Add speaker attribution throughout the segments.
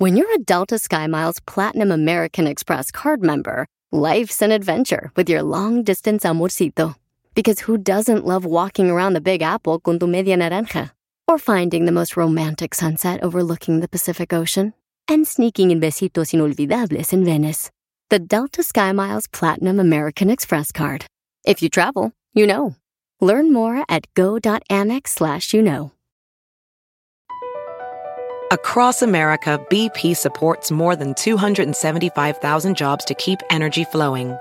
Speaker 1: When you're a Delta SkyMiles Platinum American Express card member, life's an adventure with your long-distance amorcito. Because who doesn't love walking around the Big Apple con tu media naranja? Or finding the most romantic sunset overlooking the Pacific Ocean? And sneaking in besitos inolvidables in Venice. The Delta SkyMiles Platinum American Express card. If you travel, you know. Learn more at go.amex/you-know.
Speaker 2: Across America, BP supports more than 275,000 jobs to keep energy flowing.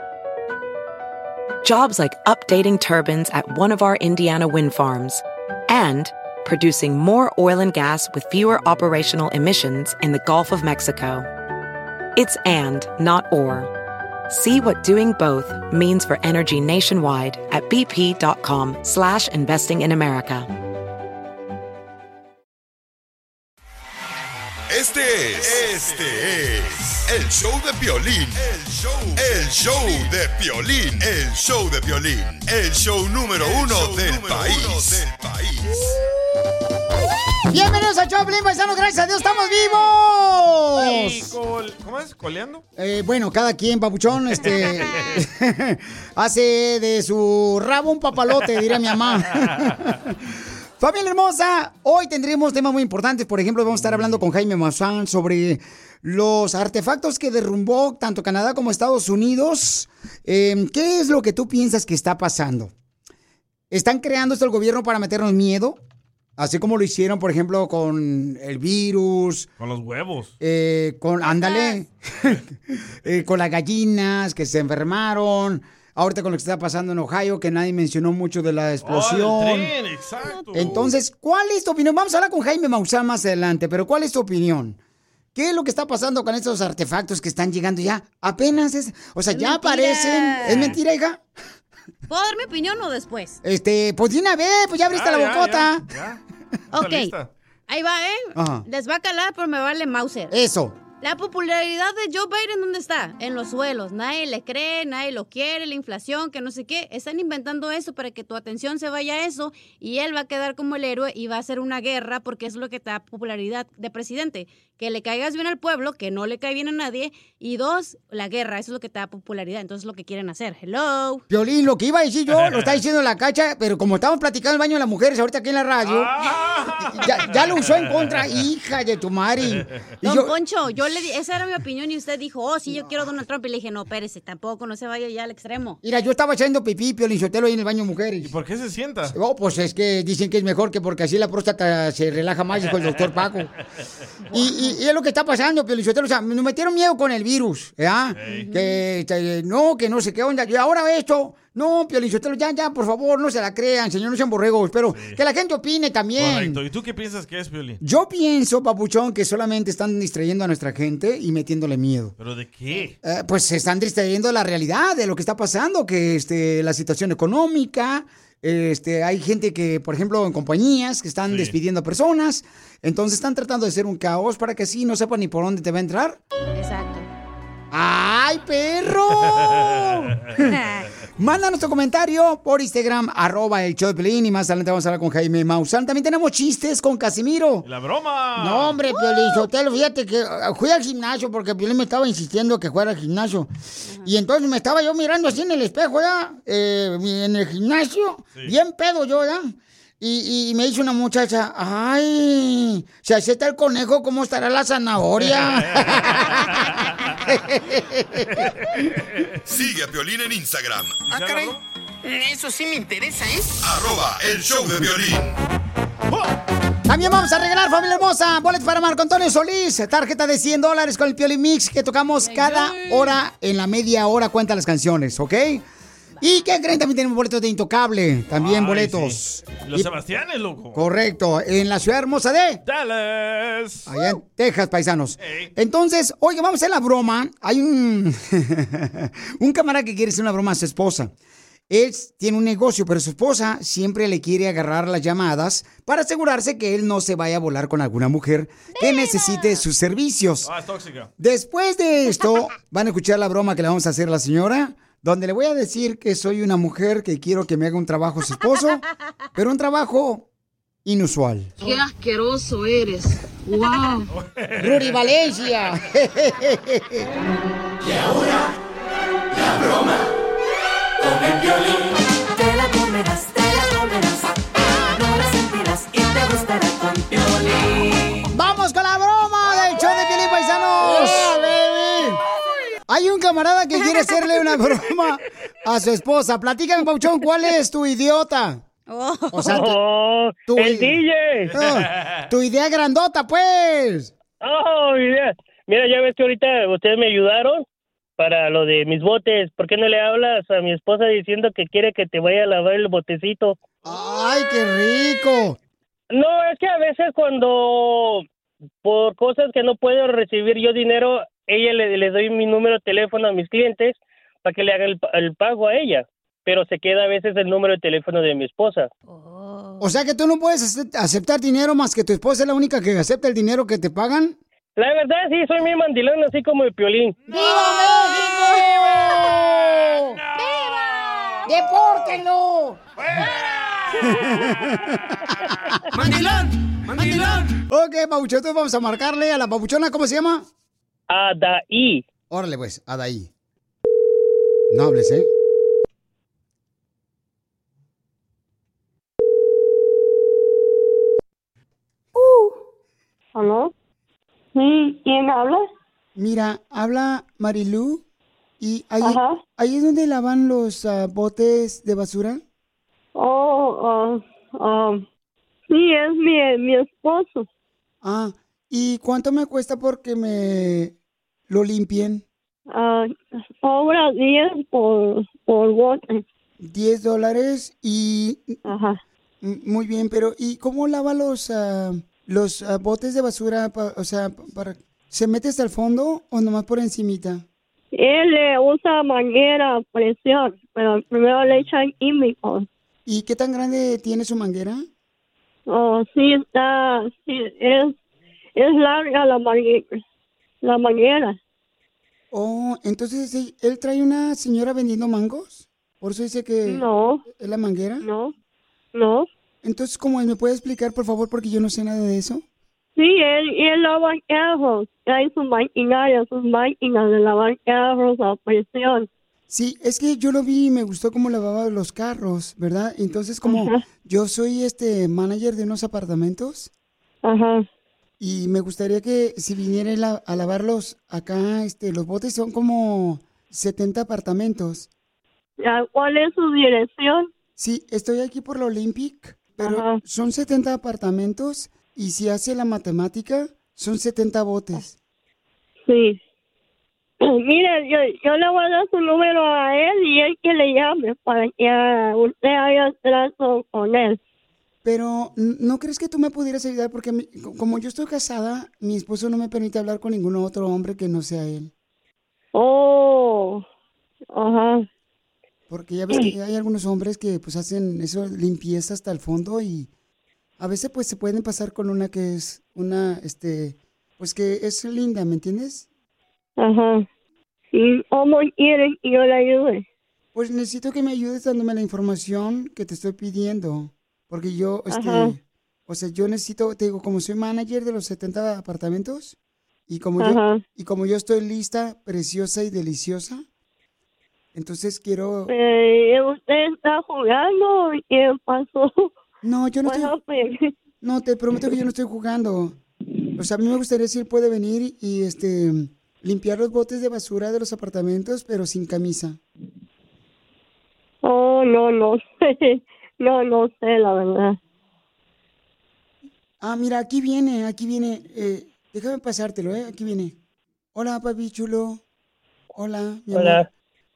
Speaker 2: Jobs like updating turbines at one of our Indiana wind farms and producing more oil and gas with fewer operational emissions in the Gulf of Mexico. It's and, not or. See what doing both means for energy nationwide at bp.com/investing in America.
Speaker 3: Este es el show de Piolín. El show de Piolín. El show de Piolín. El show número uno del país.
Speaker 4: Bienvenidos al show de Piolín, paisanos. Gracias a Dios, estamos vivos.
Speaker 5: ¿Cómo es? ¿Coleando?
Speaker 4: Bueno, cada quien, papuchón, hace de su rabo un papalote, diría mi mamá. Familia hermosa, hoy tendremos temas muy importantes. Por ejemplo, vamos a estar hablando con Jaime Maussan sobre los artefactos que derrumbó tanto Canadá como Estados Unidos. ¿Qué es lo que tú piensas que está pasando? ¿Están creando esto el gobierno para meternos miedo? Así como lo hicieron, por ejemplo, con el virus.
Speaker 5: Con los huevos.
Speaker 4: Ándale. Con las gallinas que se enfermaron. Ahorita con lo que está pasando en Ohio, que nadie mencionó mucho de la explosión.
Speaker 5: Oh, el tren, exacto.
Speaker 4: Entonces, ¿cuál es tu opinión? Vamos a hablar con Jaime Maussan más adelante, pero ¿cuál es tu opinión? ¿Qué es lo que está pasando con estos artefactos que están llegando ya? Apenas es... O sea, ya aparecen... ¿Es mentira, hija?
Speaker 6: ¿Puedo dar mi opinión o después?
Speaker 4: Pues de una vez, pues ya abriste la bocota.
Speaker 6: Ya. Ok, ahí va,
Speaker 4: Ajá.
Speaker 6: Les va a calar, pero me vale Mauser.
Speaker 4: Eso.
Speaker 6: La popularidad de Joe Biden, ¿dónde está? En los suelos. Nadie le cree, nadie lo quiere, la inflación, que no sé qué. Están inventando eso para que tu atención se vaya a eso y él va a quedar como el héroe y va a hacer una guerra porque es lo que te da popularidad de presidente. Que le caigas bien al pueblo, que no le cae bien a nadie. Y dos, la guerra, eso es lo que te da popularidad. Entonces es lo que quieren hacer. Hello.
Speaker 4: Piolín, lo que iba a decir yo, lo está diciendo la Cacha, pero como estamos platicando en el baño de las mujeres ahorita aquí en la radio, ya lo usó en contra, hija de tu madre.
Speaker 6: Don Poncho, yo le di, esa era mi opinión y usted dijo, oh, sí, yo quiero Donald Trump. Y le dije, no, espérese, tampoco, no se vaya ya al extremo.
Speaker 4: Mira, yo estaba echando pipí, Piolín Sotelo, ahí en el baño de mujeres.
Speaker 5: ¿Y por qué se sienta?
Speaker 4: Oh, pues es que dicen que es mejor que porque así la próstata se relaja más, dijo el doctor Paco. Y es lo que está pasando, Piolín Sotelo. O sea, nos metieron miedo con el virus, ¿verdad? Hey. Que no sé qué onda. Y ahora esto... No, Piolín Sotelo, ya, por favor, no se la crean, señor, no sean borregos, pero que la gente opine también.
Speaker 5: Correcto. ¿Y tú qué piensas que es, Piolín?
Speaker 4: Yo pienso, papuchón, que solamente están distrayendo a nuestra gente y metiéndole miedo.
Speaker 5: ¿Pero de qué?
Speaker 4: Pues se están distrayendo de la realidad, de lo que está pasando, que la situación económica, hay gente que, por ejemplo, en compañías que están despidiendo a personas, entonces están tratando de hacer un caos para que así no sepan ni por dónde te va a entrar.
Speaker 6: Exacto.
Speaker 4: ¡Ay, perro! Mándanos tu comentario por Instagram, @elshowdepiolín, y más adelante vamos a hablar con Jaime Maussan. También tenemos chistes con Casimiro.
Speaker 5: ¡La broma!
Speaker 4: No, hombre, Piolín Sotelo, fíjate que fui al gimnasio porque Piolín me estaba insistiendo que fuera al gimnasio. Y entonces me estaba yo mirando así en el espejo, ¿ya? En el gimnasio, bien pedo yo, ¿ya? Y me dice una muchacha, ay, si así está el conejo, ¿cómo estará la zanahoria?
Speaker 3: Sigue a Piolín en Instagram.
Speaker 7: Ah, caray, eso sí me interesa, ¿eh?
Speaker 3: @elshowdepiolín.
Speaker 4: También vamos a regalar, familia hermosa, boletos para Marco Antonio Solís, tarjeta de $100 con el Piolín Mix que tocamos cada hora, en la media hora cuentan las canciones, ¿ok? ¿Y qué creen? También tenemos boletos de Intocable. También boletos.
Speaker 5: Sí. Los Sebastianes, loco.
Speaker 4: Correcto. En la ciudad hermosa de
Speaker 5: Dallas.
Speaker 4: Allá en Texas, paisanos. Entonces, oye, vamos a hacer la broma. Hay un camarada que quiere hacer una broma a su esposa. Él tiene un negocio, pero su esposa siempre le quiere agarrar las llamadas para asegurarse que él no se vaya a volar con alguna mujer que necesite sus servicios.
Speaker 5: Es tóxica.
Speaker 4: Después de esto, van a escuchar la broma que le vamos a hacer a la señora, donde le voy a decir que soy una mujer que quiero que me haga un trabajo su esposo, pero un trabajo inusual.
Speaker 8: ¡Qué asqueroso eres! ¡Wow!
Speaker 4: Rudy Valencia.
Speaker 9: Y ahora, la broma con el Piolín.
Speaker 10: Te la comerás, no la sentirás y te gustará con Piolín.
Speaker 4: ¡Vamos con la broma del show de Piolín, paisanos! ¡Yeah, baby! Hay un camarada que quiere hacerle una broma a su esposa. Platícame, Pauchón, ¿cuál es tu idiota? O sea,
Speaker 11: el DJ.
Speaker 4: Tu idea grandota, pues.
Speaker 11: Idea. Mira, ya ves que ahorita ustedes me ayudaron para lo de mis botes. ¿Por qué no le hablas a mi esposa diciendo que quiere que te vaya a lavar el botecito?
Speaker 4: ¡Ay, qué rico!
Speaker 11: No, es que a veces cuando por cosas que no puedo recibir yo dinero, ella le doy mi número de teléfono a mis clientes para que le haga el pago a ella. Pero se queda a veces el número de teléfono de mi esposa.
Speaker 4: O sea que tú no puedes aceptar dinero más que tu esposa es la única que acepta el dinero que te pagan.
Speaker 11: La verdad, sí, soy mi mandilón, así como el Piolín.
Speaker 4: ¡Viva México! ¡Viva! ¡Depórtenlo!
Speaker 9: ¡Mandilón! ¡Mandilón!
Speaker 4: Ok, Pabuchón, entonces vamos a marcarle a la papuchona, ¿cómo se llama?
Speaker 11: Adaí.
Speaker 4: Órale, pues, Adaí. No hables, ¿eh?
Speaker 12: ¿Aló? Sí, ¿quién habla?
Speaker 4: Mira, habla Marilú. ¿Y ahí es donde lavan los botes de basura?
Speaker 12: Sí, es mi esposo.
Speaker 4: Ah, ¿y cuánto me cuesta porque me lo limpien?
Speaker 12: Cobra 10 por bote.
Speaker 4: $10 y...
Speaker 12: Ajá.
Speaker 4: Muy bien, pero ¿y cómo lava los botes de basura? ¿Se mete hasta el fondo o nomás por encimita?
Speaker 12: Él usa manguera a presión, pero primero le echan químicos.
Speaker 4: ¿Y qué tan grande tiene su manguera?
Speaker 12: Sí, es larga la manguera.
Speaker 4: Oh, entonces él trae una señora vendiendo mangos. ¿Por eso dice que
Speaker 12: no
Speaker 4: es la manguera?
Speaker 12: No.
Speaker 4: Entonces, ¿cómo me puede explicar, por favor, porque yo no sé nada de eso?
Speaker 12: Sí, él lava carros. Hay sus máquinas de lavar carros a presión.
Speaker 4: Sí, es que yo lo vi y me gustó cómo lavaba los carros, ¿verdad? Entonces, como yo soy manager de unos apartamentos.
Speaker 12: Ajá.
Speaker 4: Y me gustaría que si viniera él a lavarlos acá, los botes son como 70 apartamentos.
Speaker 12: ¿Cuál es su dirección?
Speaker 4: Sí, estoy aquí por la Olympic, pero son 70 apartamentos y si hace la matemática, son 70 botes.
Speaker 12: Sí. Mire, yo le voy a dar su número a él y él que le llame para que usted haga trato con él.
Speaker 4: Pero, ¿no crees que tú me pudieras ayudar? Porque como yo estoy casada, mi esposo no me permite hablar con ningún otro hombre que no sea él.
Speaker 12: Ajá.
Speaker 4: Porque ya ves que hay algunos hombres que pues hacen eso, limpieza hasta el fondo y a veces pues se pueden pasar con una que es pues que es linda, ¿me entiendes?
Speaker 12: Ajá. ¿Y cómo quieren que yo le ayude?
Speaker 4: Pues necesito que me ayudes dándome la información que te estoy pidiendo. Porque yo, yo necesito, te digo, como soy manager de los 70 apartamentos y como yo estoy lista, preciosa y deliciosa, entonces quiero...
Speaker 12: ¿Usted está jugando? ¿Qué pasó?
Speaker 4: No, yo no estoy... No, te prometo que yo no estoy jugando. O sea, a mí me gustaría si él puede venir y limpiar los botes de basura de los apartamentos, pero sin camisa.
Speaker 12: No sé. No sé, la verdad.
Speaker 4: Ah, mira, aquí viene. Déjame pasártelo, aquí viene. Hola, papi chulo. Hola, mi amor.
Speaker 11: Hola.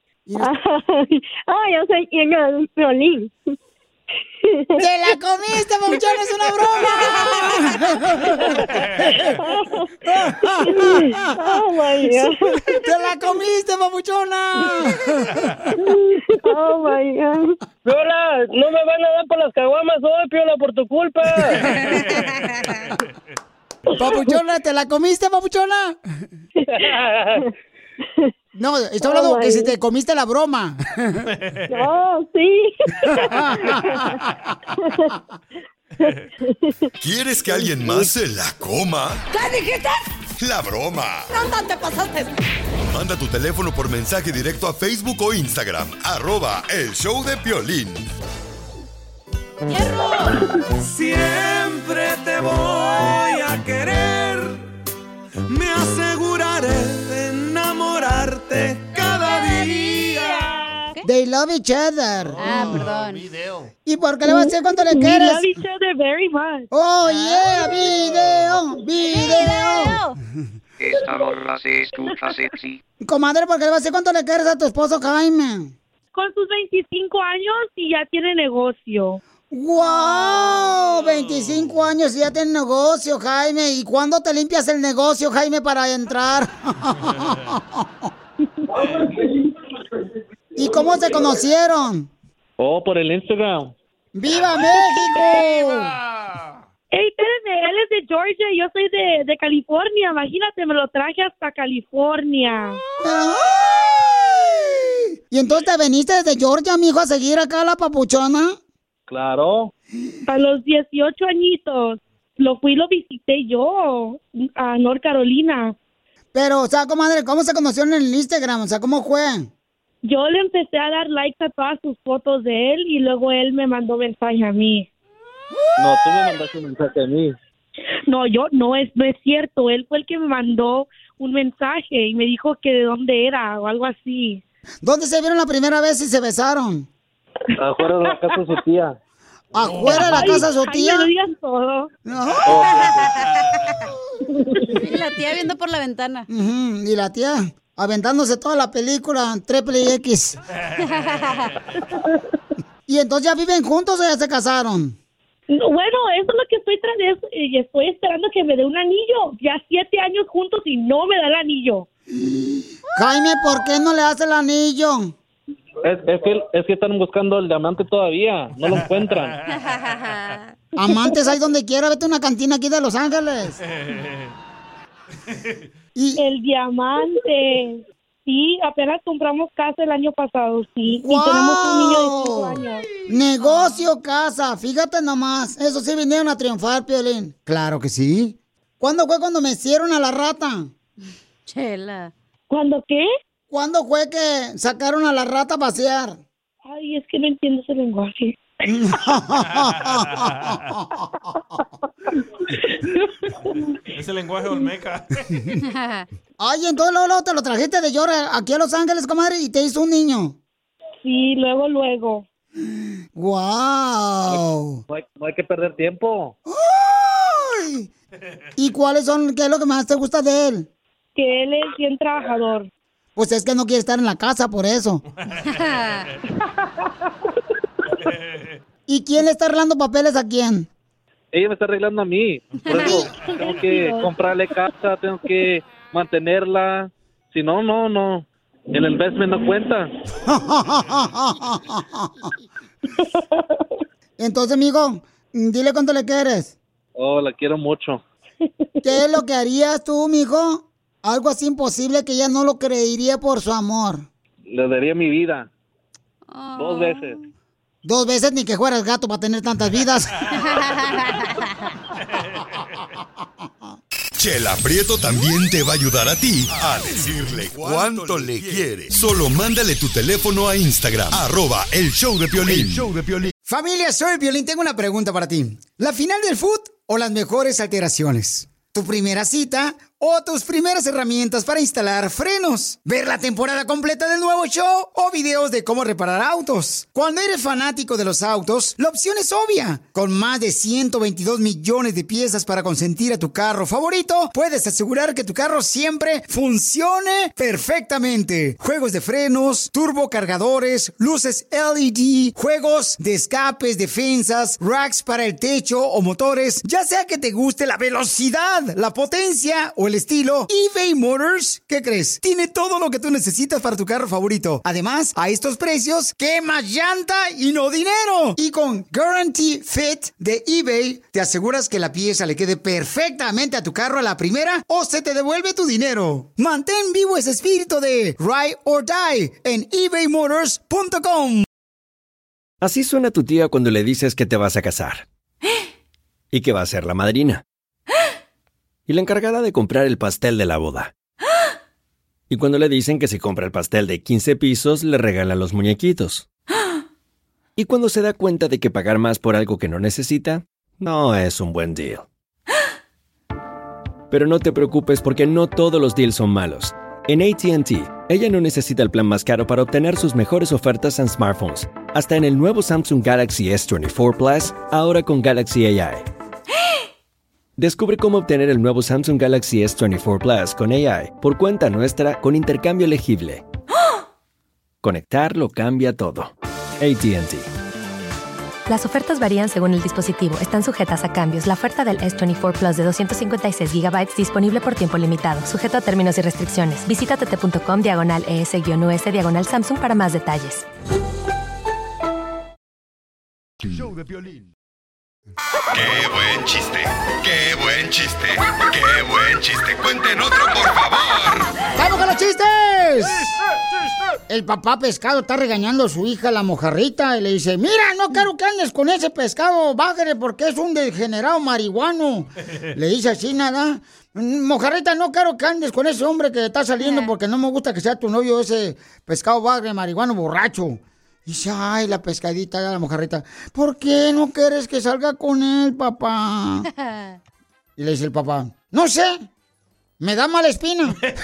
Speaker 12: Yo sé quién es un Piolín.
Speaker 4: ¡Te la comiste, papuchón! ¡Es una broma!
Speaker 12: ¡Oh, my God!
Speaker 4: ¡Te la comiste, papuchona!
Speaker 12: ¡Oh, my God!
Speaker 11: Piola, no me van a dar por las caguamas hoy, Piola, por tu culpa.
Speaker 4: Papuchona, ¿te la comiste, papuchona? No, estoy hablando que si te comiste la broma.
Speaker 12: No, sí.
Speaker 3: ¿Quieres que alguien más se la coma?
Speaker 13: ¿Qué dijiste?
Speaker 3: La broma.
Speaker 13: No te pasaste.
Speaker 3: Manda tu teléfono por mensaje directo a Facebook o Instagram, @El Show de Piolín.
Speaker 14: Siempre te voy a querer. Me aseguraré de enamorarte cada día.
Speaker 4: They love each other.
Speaker 6: Perdón.
Speaker 4: ¿Y por qué le vas a decir cuánto le quieres?
Speaker 12: We love each other very much.
Speaker 4: Oh, yeah, video.
Speaker 15: Esta borra se escucha sexy.
Speaker 4: Comadre, ¿por qué le vas a decir cuánto le quieres a tu esposo Jaime?
Speaker 12: Con sus 25 años y ya tiene negocio.
Speaker 4: ¡Wow! 25 años y ya tiene negocio, Jaime. ¿Y cuándo te limpias el negocio, Jaime, para entrar? ¿Y cómo se conocieron?
Speaker 16: Oh, por el Instagram.
Speaker 4: ¡Viva México!
Speaker 12: Ey, espérame, él es de Georgia y yo soy de California. Imagínate, me lo traje hasta California.
Speaker 4: ¡Ay! ¿Y entonces te viniste desde Georgia, mijo, a seguir acá a la papuchona?
Speaker 16: Claro.
Speaker 12: A los 18 añitos. Lo visité yo a North Carolina.
Speaker 4: Pero, o sea, comadre, ¿cómo se conocieron en el Instagram? O sea, ¿cómo fue?
Speaker 12: Yo le empecé a dar likes a todas sus fotos de él y luego él me mandó mensaje a mí.
Speaker 16: No, tú me mandaste un mensaje a mí.
Speaker 12: No, no es cierto. Él fue el que me mandó un mensaje y me dijo que de dónde era o algo así.
Speaker 4: ¿Dónde se vieron la primera vez y se besaron?
Speaker 16: Afuera de la casa de su tía.
Speaker 4: ¿Afuera de la casa de su tía?
Speaker 12: Ay, no digas todo.
Speaker 4: No.
Speaker 6: Y la tía viendo por la ventana.
Speaker 4: Y la tía aventándose toda la película Triple X. ¿Y entonces ya viven juntos o ya se casaron?
Speaker 12: No, bueno, eso es lo que estoy estoy esperando que me dé un anillo. Ya 7 años juntos y no me da el anillo.
Speaker 4: Jaime, ¿por qué no le hace el anillo?
Speaker 16: Es que están buscando el diamante todavía. No lo encuentran.
Speaker 4: Amantes hay donde quiera. Vete a una cantina aquí de Los Ángeles.
Speaker 12: El diamante. Sí, apenas compramos casa el año pasado, sí.
Speaker 4: ¡Wow!
Speaker 12: Y tenemos un niño de 5 años.
Speaker 4: Negocio, casa. Fíjate nomás. Eso sí vinieron a triunfar, Piolín. Claro que sí. ¿Cuándo fue cuando me hicieron a la rata?
Speaker 6: Chela.
Speaker 12: ¿Cuándo qué?
Speaker 4: ¿Cuándo fue que sacaron a la rata a pasear?
Speaker 12: Ay, es que no entiendo ese lenguaje.
Speaker 5: Es el lenguaje olmeca.
Speaker 4: Ay, entonces luego te lo trajiste de llora aquí a Los Ángeles, comadre, y te hizo un niño.
Speaker 12: Sí, luego.
Speaker 4: ¡Guau!
Speaker 16: No hay que perder tiempo.
Speaker 4: ¡Ay! ¿Y qué es lo que más te gusta de él?
Speaker 12: Que él es bien trabajador.
Speaker 4: Pues es que no quiere estar en la casa, por eso. ¿Y quién le está arreglando papeles a quién?
Speaker 16: Ella me está arreglando a mí. Por eso tengo que comprarle casa, tengo que mantenerla. Si no. El investment no cuenta.
Speaker 4: Entonces, amigo, dile cuánto le quieres.
Speaker 16: Oh, la quiero mucho.
Speaker 4: ¿Qué es lo que harías tú, mijo? Algo así imposible que ella no lo creería por su amor.
Speaker 16: Le daría mi vida. 2 veces.
Speaker 4: 2 veces, ni que fueras gato para tener tantas vidas.
Speaker 3: Chela Prieto también te va a ayudar a ti a decirle cuánto le quiere. Solo mándale tu teléfono a Instagram, @El Show de Piolín.
Speaker 4: Familia, soy Piolín. Tengo una pregunta para ti. ¿La final del food o las mejores alteraciones? ¿Tu primera cita o tus primeras herramientas para instalar frenos? ¿Ver la temporada completa del nuevo show o videos de cómo reparar autos? Cuando eres fanático de los autos, la opción es obvia. Con más de 122 millones de piezas para consentir a tu carro favorito, puedes asegurar que tu carro siempre funcione perfectamente. Juegos de frenos, turbocargadores, luces LED, juegos de escapes, defensas, racks para el techo o motores. Ya sea que te guste la velocidad, la potencia o el estilo, eBay Motors, ¿qué crees? Tiene todo lo que tú necesitas para tu carro favorito. Además, a estos precios, ¿qué más llanta y no dinero? Y con Guarantee Fit de eBay, te aseguras que la pieza le quede perfectamente a tu carro a la primera o se te devuelve tu dinero. Mantén vivo ese espíritu de Ride or Die en ebaymotors.com.
Speaker 17: Así suena tu tía cuando le dices que te vas a casar. y que va a ser la madrina. Y la encargada de comprar el pastel de la boda. Y cuando le dicen que si compra el pastel de 15 pisos, le regalan los muñequitos. Y cuando se da cuenta de que pagar más por algo que no necesita, no es un buen deal. Pero no te preocupes porque no todos los deals son malos. En AT&T, ella no necesita el plan más caro para obtener sus mejores ofertas en smartphones. Hasta en el nuevo Samsung Galaxy S24 Plus, ahora con Galaxy AI. Descubre cómo obtener el nuevo Samsung Galaxy S24 Plus con AI por cuenta nuestra con intercambio elegible. Conectar lo cambia todo. AT&T.
Speaker 18: Las ofertas varían según el dispositivo. Están sujetas a cambios. La oferta del S24 Plus de 256 GB disponible por tiempo limitado. Sujeto a términos y restricciones. Visita tt.com/ES-US/Samsung para más detalles.
Speaker 3: Show de Piolín. ¡Qué buen chiste! ¡Qué buen chiste! ¡Qué buen chiste! ¡Cuenten otro, por favor!
Speaker 4: ¡Vamos con los chistes! El papá pescado está regañando a su hija, la mojarrita, y le dice, mira, no quiero que andes con ese pescado bagre porque es un degenerado marihuano. Le dice así, nada. Mojarrita, no quiero que andes con ese hombre que está saliendo porque no me gusta que sea tu novio ese pescado bagre, marihuano, borracho. Y dice, ay, la pescadita, la mojarrita, ¿por qué no quieres que salga con él, papá? Y le dice el papá, no sé, me da mala espina.
Speaker 3: ¡Qué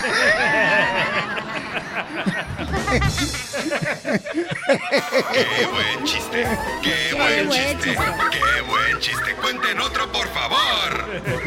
Speaker 3: buen chiste! ¡Qué buen chiste! ¡Qué buen chiste! ¡Cuenten otro, por favor!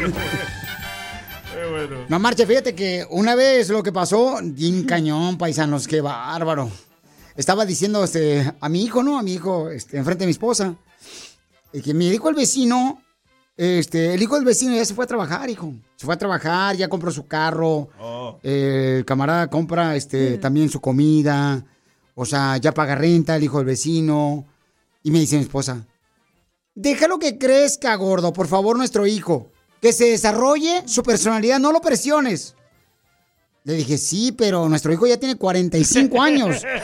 Speaker 4: No marche, fíjate que una vez lo que pasó, bien cañón, paisanos, qué bárbaro. Estaba diciendo a mi hijo, ¿no? A mi hijo, enfrente de mi esposa. Y que me dijo el vecino, el hijo del vecino ya se fue a trabajar, hijo. Se fue a trabajar, ya compró su carro. Oh. El camarada compra también su comida. O sea, ya paga renta el hijo del vecino. Y me dice mi esposa, déjalo que crezca, gordo, por favor, nuestro hijo. Que se desarrolle su personalidad, no lo presiones. Le dije, sí, pero nuestro hijo ya tiene 45 años.
Speaker 3: ¡Qué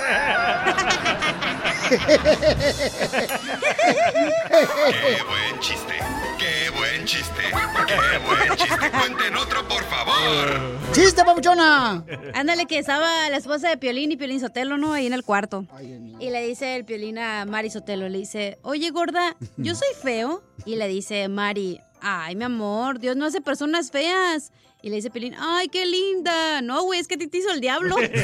Speaker 3: buen chiste! ¡Qué buen chiste! ¡Qué buen chiste! ¡Cuenten otro, por favor!
Speaker 4: ¡Chiste, papuchona!
Speaker 6: Ándale, que estaba la esposa de Piolín y Piolín Sotelo, ¿no? Ahí en el cuarto. Ay, y le dice el Piolín a Mari Sotelo, le dice, oye, gorda, ¿yo soy feo? Y le dice Mari, ay, mi amor, Dios no hace personas feas. Y le dice Piolín, ¡ay, qué linda! No, güey, es que a ti te hizo el diablo.
Speaker 4: Y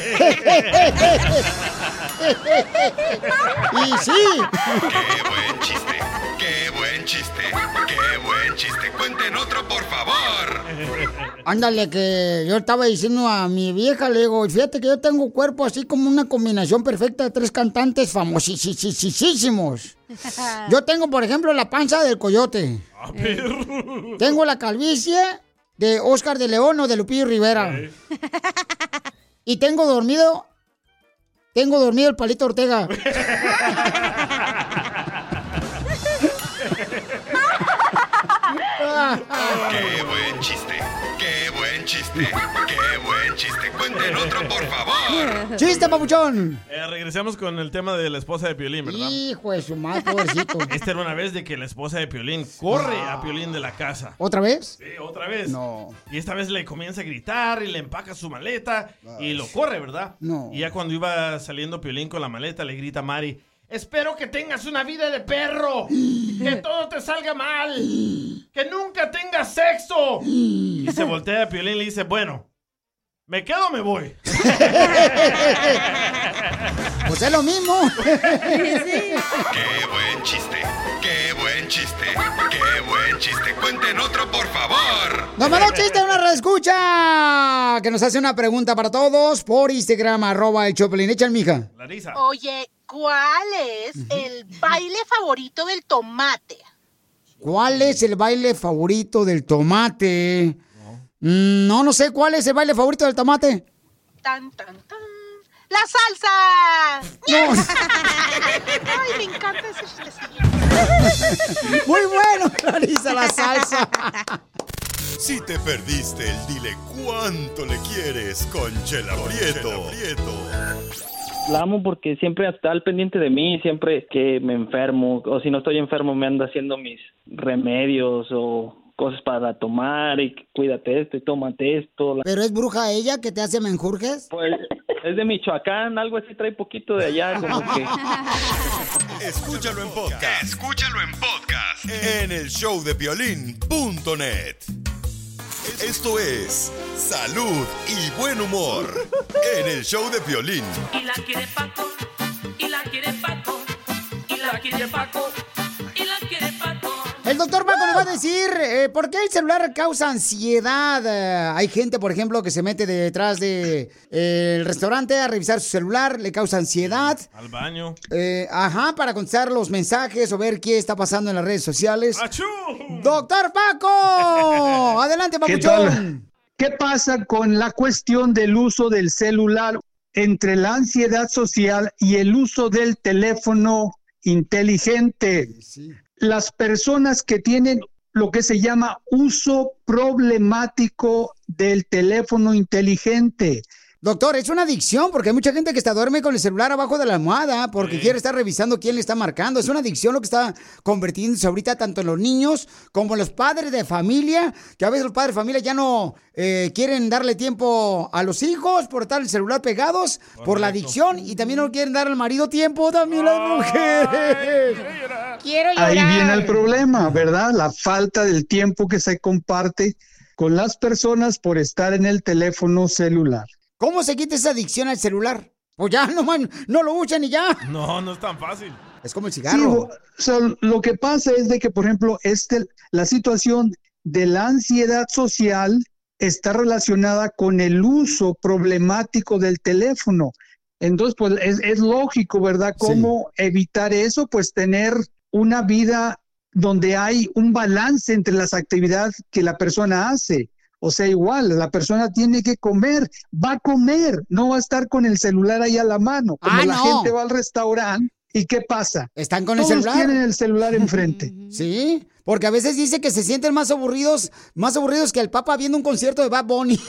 Speaker 4: sí.
Speaker 3: ¡Qué buen chiste! ¡Qué buen chiste! ¡Qué buen chiste! ¡Cuenten otro, por favor!
Speaker 4: Ándale, que yo estaba diciendo a mi vieja, le digo, fíjate que yo tengo cuerpo así como una combinación perfecta de 3 cantantes famosísimos. Yo tengo, por ejemplo, la panza del Coyote. Tengo la calvicie de Oscar de León o de Lupillo Rivera. Y tengo dormido el Palito Ortega.
Speaker 3: ¡Qué buen chiste! ¡Qué buen chiste! ¡Qué buen chiste! ¡Cuenten otro, por favor!
Speaker 4: ¡Chiste, papuchón!
Speaker 5: Regresamos con el tema de la esposa de Piolín, ¿verdad?
Speaker 4: Hijo de su madre, pobrecito.
Speaker 5: Esta era una vez de que la esposa de Piolín corre a Piolín de la casa.
Speaker 4: ¿Otra vez?
Speaker 5: Sí, otra vez.
Speaker 4: No.
Speaker 5: Y esta vez le comienza a gritar y le empaca su maleta y lo corre, ¿verdad?
Speaker 4: No.
Speaker 5: Y ya cuando iba saliendo Piolín con la maleta, le grita a Mari, espero que tengas una vida de perro, que todo te salga mal, que nunca tengas sexo. Y se voltea a Piolín y le dice, bueno, ¿me quedo o me voy?
Speaker 4: Pues es lo mismo.
Speaker 3: ¡Qué buen chiste! ¡Qué buen chiste! ¡Qué buen chiste! ¡Cuenten otro, por favor!
Speaker 4: Nos mandó chiste una reescucha que nos hace una pregunta para todos por Instagram, @el Choplin. Echa, mija.
Speaker 5: Larisa.
Speaker 19: Oye, ¿cuál es el baile favorito del tomate?
Speaker 4: ¿Cuál es el baile favorito del tomate? No sé cuál es el baile favorito del tomate.
Speaker 19: Tan, tan, tan. ¡La salsa!
Speaker 4: No.
Speaker 19: Ay, me encanta ese chistecillo.
Speaker 4: Muy bueno, Larisa, la salsa.
Speaker 3: Si te perdiste el dile cuánto le quieres con Chela Prieto.
Speaker 16: La amo porque siempre está al pendiente de mí, siempre que me enfermo, o si no estoy enfermo me anda haciendo mis remedios o cosas para tomar y cuídate esto y tómate esto.
Speaker 4: ¿Pero es bruja ella que te hace menjurjes?
Speaker 16: Pues es de Michoacán, algo así, trae poquito de allá, como que...
Speaker 3: Escúchalo en podcast. Escúchalo en podcast en elshowdepiolín.net. Esto es Salud y Buen Humor en el show de Piolín.
Speaker 9: Y la quiere Paco, y la quiere Paco, y la quiere Paco, y la quiere Paco.
Speaker 4: El doctor Paco nos va a decir por qué el celular causa ansiedad. Hay gente, por ejemplo, que se mete detrás de el restaurante a revisar su celular, le causa ansiedad.
Speaker 5: Al baño.
Speaker 4: Para contestar los mensajes o ver qué está pasando en las redes sociales.
Speaker 5: ¡Achú!
Speaker 4: ¡Doctor Paco! ¡Adelante, papuchón!
Speaker 20: ¿Qué pasa con la cuestión del uso del celular entre la ansiedad social y el uso del teléfono inteligente?
Speaker 4: Sí.
Speaker 20: Las personas que tienen lo que se llama uso problemático del teléfono inteligente.
Speaker 4: Doctor, es una adicción porque hay mucha gente que duerme con el celular abajo de la almohada porque quiere estar revisando quién le está marcando. Es una adicción lo que está convirtiéndose ahorita tanto en los niños como en los padres de familia, que a veces los padres de familia ya no quieren darle tiempo a los hijos por estar el celular pegados. Correcto. Por la adicción, y también no quieren dar al marido tiempo, también las mujeres.
Speaker 6: Quiero llorar.
Speaker 20: Ahí viene el problema, ¿verdad? La falta del tiempo que se comparte con las personas por estar en el teléfono celular.
Speaker 4: ¿Cómo se quita esa adicción al celular? Pues ya, no lo usan y ya.
Speaker 5: No es tan fácil.
Speaker 4: Es como el cigarro.
Speaker 20: Sí, lo que pasa es de que, por ejemplo, la situación de la ansiedad social está relacionada con el uso problemático del teléfono. Entonces, pues es lógico, ¿verdad? ¿Cómo evitar eso? Pues tener una vida donde hay un balance entre las actividades que la persona hace. O sea, igual, la persona tiene que comer, va a comer, no va a estar con el celular ahí a la mano. Como la gente va al restaurante, ¿y qué pasa?
Speaker 4: Están con el celular.
Speaker 20: Todos tienen el celular enfrente.
Speaker 4: Sí, porque a veces dice que se sienten más aburridos que el Papa viendo un concierto de Bad Bunny.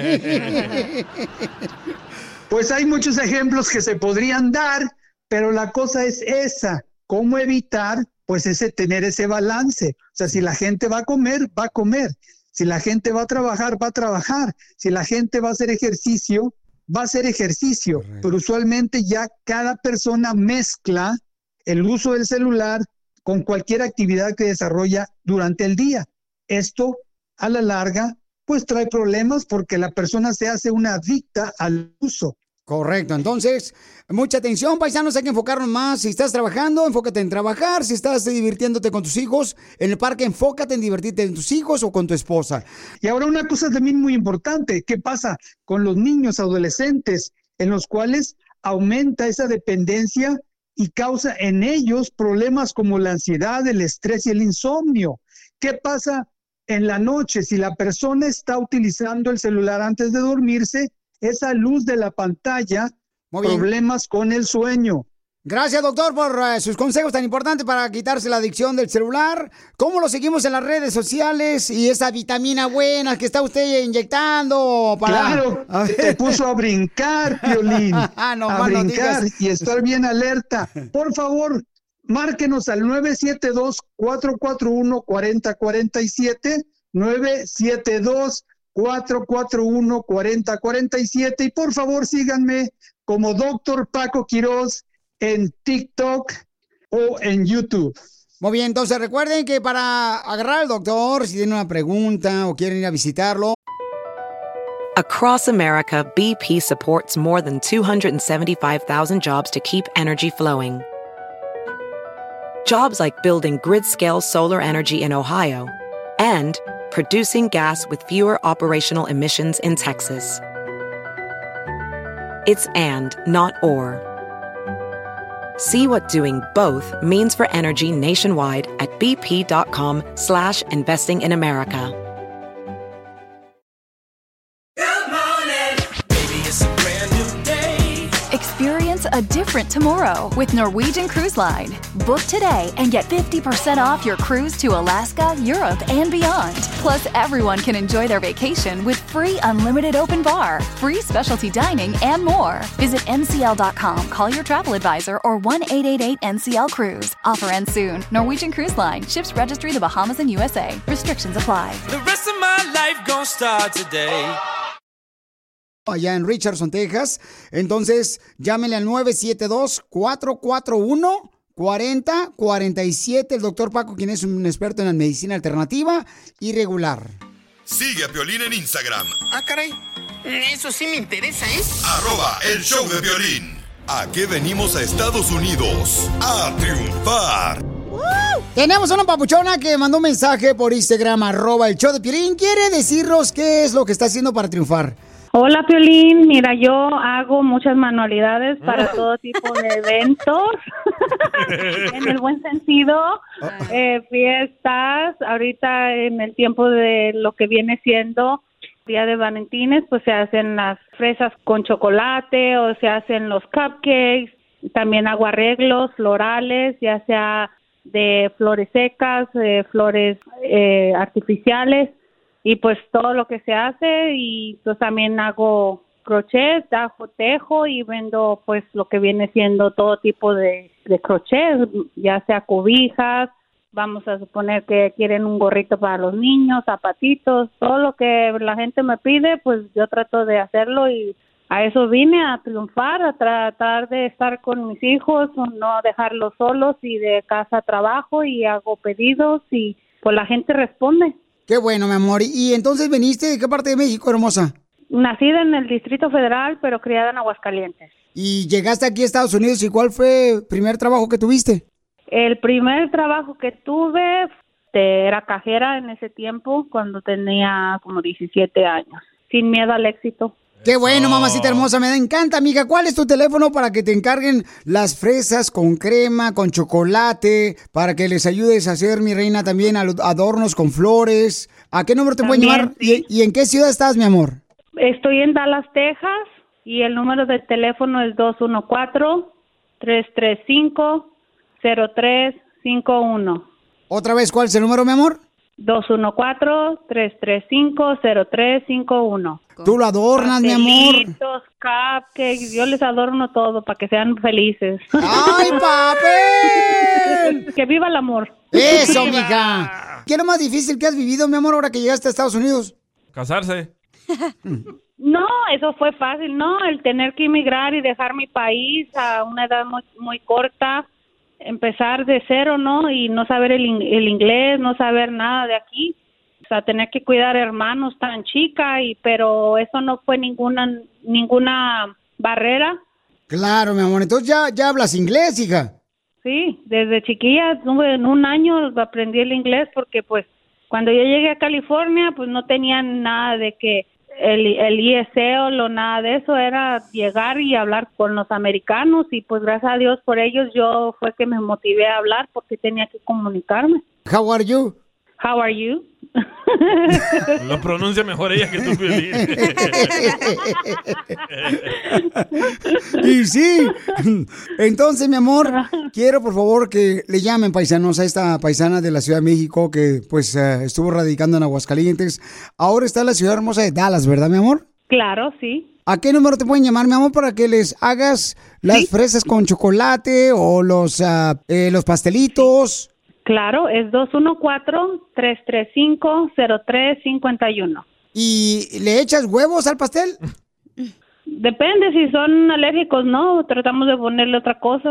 Speaker 20: Pues hay muchos ejemplos que se podrían dar, pero la cosa es esa, ¿cómo evitar? Pues tener ese balance. O sea, si la gente va a comer, va a comer. Si la gente va a trabajar, va a trabajar. Si la gente va a hacer ejercicio, va a hacer ejercicio. Correcto. Pero usualmente ya cada persona mezcla el uso del celular con cualquier actividad que desarrolla durante el día. Esto, a la larga, pues trae problemas porque la persona se hace una adicta al uso.
Speaker 4: Correcto, entonces, mucha atención, paisanos, hay que enfocarnos más. Si estás trabajando, enfócate en trabajar. Si estás divirtiéndote con tus hijos en el parque, enfócate en divertirte con tus hijos o con tu esposa.
Speaker 20: Y ahora una cosa también muy importante, ¿qué pasa con los niños adolescentes en los cuales aumenta esa dependencia y causa en ellos problemas como la ansiedad, el estrés y el insomnio? ¿Qué pasa en la noche si la persona está utilizando el celular antes de dormirse? Esa luz de la pantalla, problemas con el sueño.
Speaker 4: Gracias, doctor, por sus consejos tan importantes para quitarse la adicción del celular. ¿Cómo lo seguimos en las redes sociales? Y esa vitamina buena que está usted inyectando para...
Speaker 20: Claro, te puso a brincar, Piolín. A brincar y estar bien alerta. Por favor, márquenos al 972-441-4047, 972-441-4047, y por favor síganme como Dr. Paco Quiroz en TikTok o en YouTube.
Speaker 4: Muy bien, entonces recuerden que para agarrar al doctor, si tienen una pregunta o quieren ir a visitarlo.
Speaker 2: Across America, BP supports more than 275,000 jobs to keep energy flowing. Jobs like building grid-scale solar energy in Ohio and producing gas with fewer operational emissions in Texas. It's and, not or. See what doing both means for energy nationwide at bp.com/investing in America.
Speaker 9: Good morning, baby, it's a brand new day.
Speaker 21: Experience a different tomorrow with Norwegian Cruise Line. Book today and get 50% off your cruise to Alaska, Europe, and beyond. Plus, everyone can enjoy their vacation with free unlimited open bar, free specialty dining, and more. Visit ncl.com, call your travel advisor, or 1-888-NCL-CRUISE. Offer ends soon. Norwegian Cruise Line. Ships registry the Bahamas and USA. Restrictions apply.
Speaker 14: The rest of my life gonna start today.
Speaker 4: Allá en Richardson, Texas. Entonces, llámenle al 972-441-4047. El doctor Paco, quien es un experto en la medicina alternativa y regular.
Speaker 3: Sigue a Piolín en Instagram.
Speaker 7: Ah, caray. Eso sí me interesa, ¿eh?
Speaker 3: @el show de Piolín. ¿A qué venimos a Estados Unidos? A triunfar.
Speaker 4: Tenemos una papuchona que mandó un mensaje por Instagram, @el show de Piolín. Quiere decirnos qué es lo que está haciendo para triunfar.
Speaker 22: Hola, Piolín. Mira, yo hago muchas manualidades para todo tipo de eventos, en el buen sentido, fiestas. Ahorita en el tiempo de lo que viene siendo Día de Valentines, pues se hacen las fresas con chocolate o se hacen los cupcakes. También hago arreglos florales, ya sea de flores secas, flores artificiales. Y pues todo lo que se hace, y pues también hago crochet, tejo y vendo pues lo que viene siendo todo tipo de crochet, ya sea cobijas, vamos a suponer que quieren un gorrito para los niños, zapatitos, todo lo que la gente me pide, pues yo trato de hacerlo, y a eso vine, a triunfar, a tratar de estar con mis hijos, no dejarlos solos, y de casa a trabajo, y hago pedidos y pues la gente responde.
Speaker 4: Qué bueno, mi amor. ¿Y entonces veniste de qué parte de México, hermosa?
Speaker 22: Nacida en el Distrito Federal, pero criada en Aguascalientes.
Speaker 4: ¿Y llegaste aquí a Estados Unidos y cuál fue el primer trabajo que tuviste?
Speaker 22: El primer trabajo que tuve era cajera en ese tiempo, cuando tenía como 17 años. Sin miedo al éxito.
Speaker 4: Qué bueno, mamacita hermosa, me encanta, amiga. ¿Cuál es tu teléfono para que te encarguen las fresas con crema, con chocolate, para que les ayudes a hacer, mi reina, también adornos con flores? ¿A qué número te pueden llamar?
Speaker 22: Sí.
Speaker 4: ¿Y en qué ciudad estás, mi amor?
Speaker 22: Estoy en Dallas, Texas, y el número de teléfono es 214-335-0351.
Speaker 4: ¿Otra vez cuál es el número, mi amor?
Speaker 22: 214-335-0351.
Speaker 4: Tú lo adornas, mi amor.
Speaker 22: Pastelitos, cupcakes, yo les adorno todo para que sean felices.
Speaker 4: ¡Ay, papel!
Speaker 22: ¡Que viva el amor!
Speaker 4: ¡Eso, mija! ¿Qué es lo más difícil que has vivido, mi amor, ahora que llegaste a Estados Unidos?
Speaker 5: Casarse.
Speaker 22: No, eso fue fácil, ¿no? El tener que emigrar y dejar mi país a una edad muy, muy corta, empezar de cero, ¿no? Y no saber el inglés, no saber nada de aquí. O sea, tener que cuidar hermanos tan chica, pero eso no fue ninguna barrera.
Speaker 4: Claro, mi amor. Entonces ya hablas inglés, hija.
Speaker 22: Sí, desde chiquilla, en un año aprendí el inglés, porque pues cuando yo llegué a California, pues no tenían nada de que el ESL o nada de eso, era llegar y hablar con los americanos, y pues gracias a Dios por ellos yo fue que me motivé a hablar, porque tenía que comunicarme.
Speaker 4: How are you?
Speaker 22: How are you?
Speaker 5: Lo pronuncia mejor ella que tú, Piolín.
Speaker 4: Y sí. Entonces, mi amor, quiero por favor que le llamen, paisanos, a esta paisana de la Ciudad de México que pues estuvo radicando en Aguascalientes. Ahora está en la ciudad hermosa de Dallas, ¿verdad, mi amor?
Speaker 22: Claro, sí.
Speaker 4: ¿A qué número te pueden llamar, mi amor, para que les hagas las fresas con chocolate o los pastelitos?
Speaker 22: Claro, es 214-335-0351.
Speaker 4: ¿Y le echas huevos al pastel?
Speaker 22: Depende, si son alérgicos, no, tratamos de ponerle otra cosa.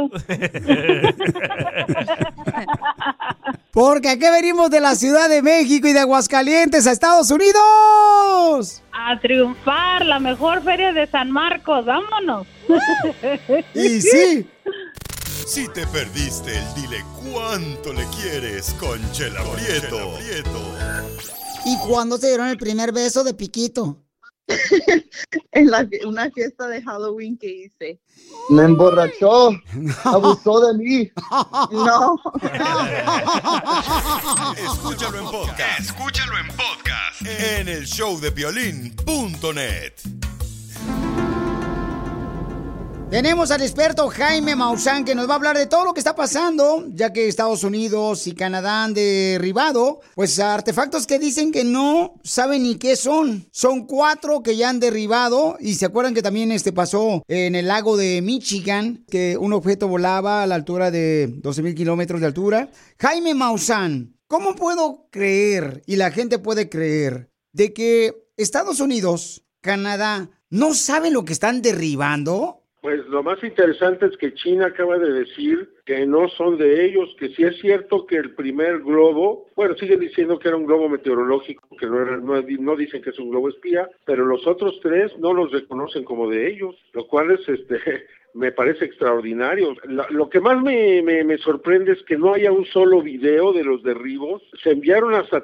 Speaker 4: Porque aquí venimos de la Ciudad de México y de Aguascalientes a Estados Unidos.
Speaker 22: A triunfar, la mejor feria de San Marcos, vámonos.
Speaker 4: Y sí.
Speaker 3: Si te perdiste el dile cuánto le quieres con Chela Prieto.
Speaker 4: ¿Y cuándo se dieron el primer beso de piquito?
Speaker 23: En una fiesta de Halloween que hice.
Speaker 24: Me emborrachó, abusó de mí.
Speaker 23: No.
Speaker 3: Escúchalo en podcast. En el showdepiolín.net.
Speaker 4: Tenemos al experto Jaime Maussan que nos va a hablar de todo lo que está pasando, ya que Estados Unidos y Canadá han derribado, pues artefactos que dicen que no saben ni qué son. Son 4 que ya han derribado y se acuerdan que también pasó en el lago de Michigan, que un objeto volaba a la altura de 12,000 kilómetros de altura. Jaime Maussan, ¿cómo puedo creer y la gente puede creer de que Estados Unidos, Canadá, no saben lo que están derribando?
Speaker 1: Pues lo más interesante es que China acaba de decir que no son de ellos, que sí es cierto que el primer globo, bueno, siguen diciendo que era un globo meteorológico, que no dicen que es un globo espía, pero los otros 3 no los reconocen como de ellos, lo cual es me parece extraordinario. Lo que más me sorprende es que no haya un solo video de los derribos. Se enviaron hasta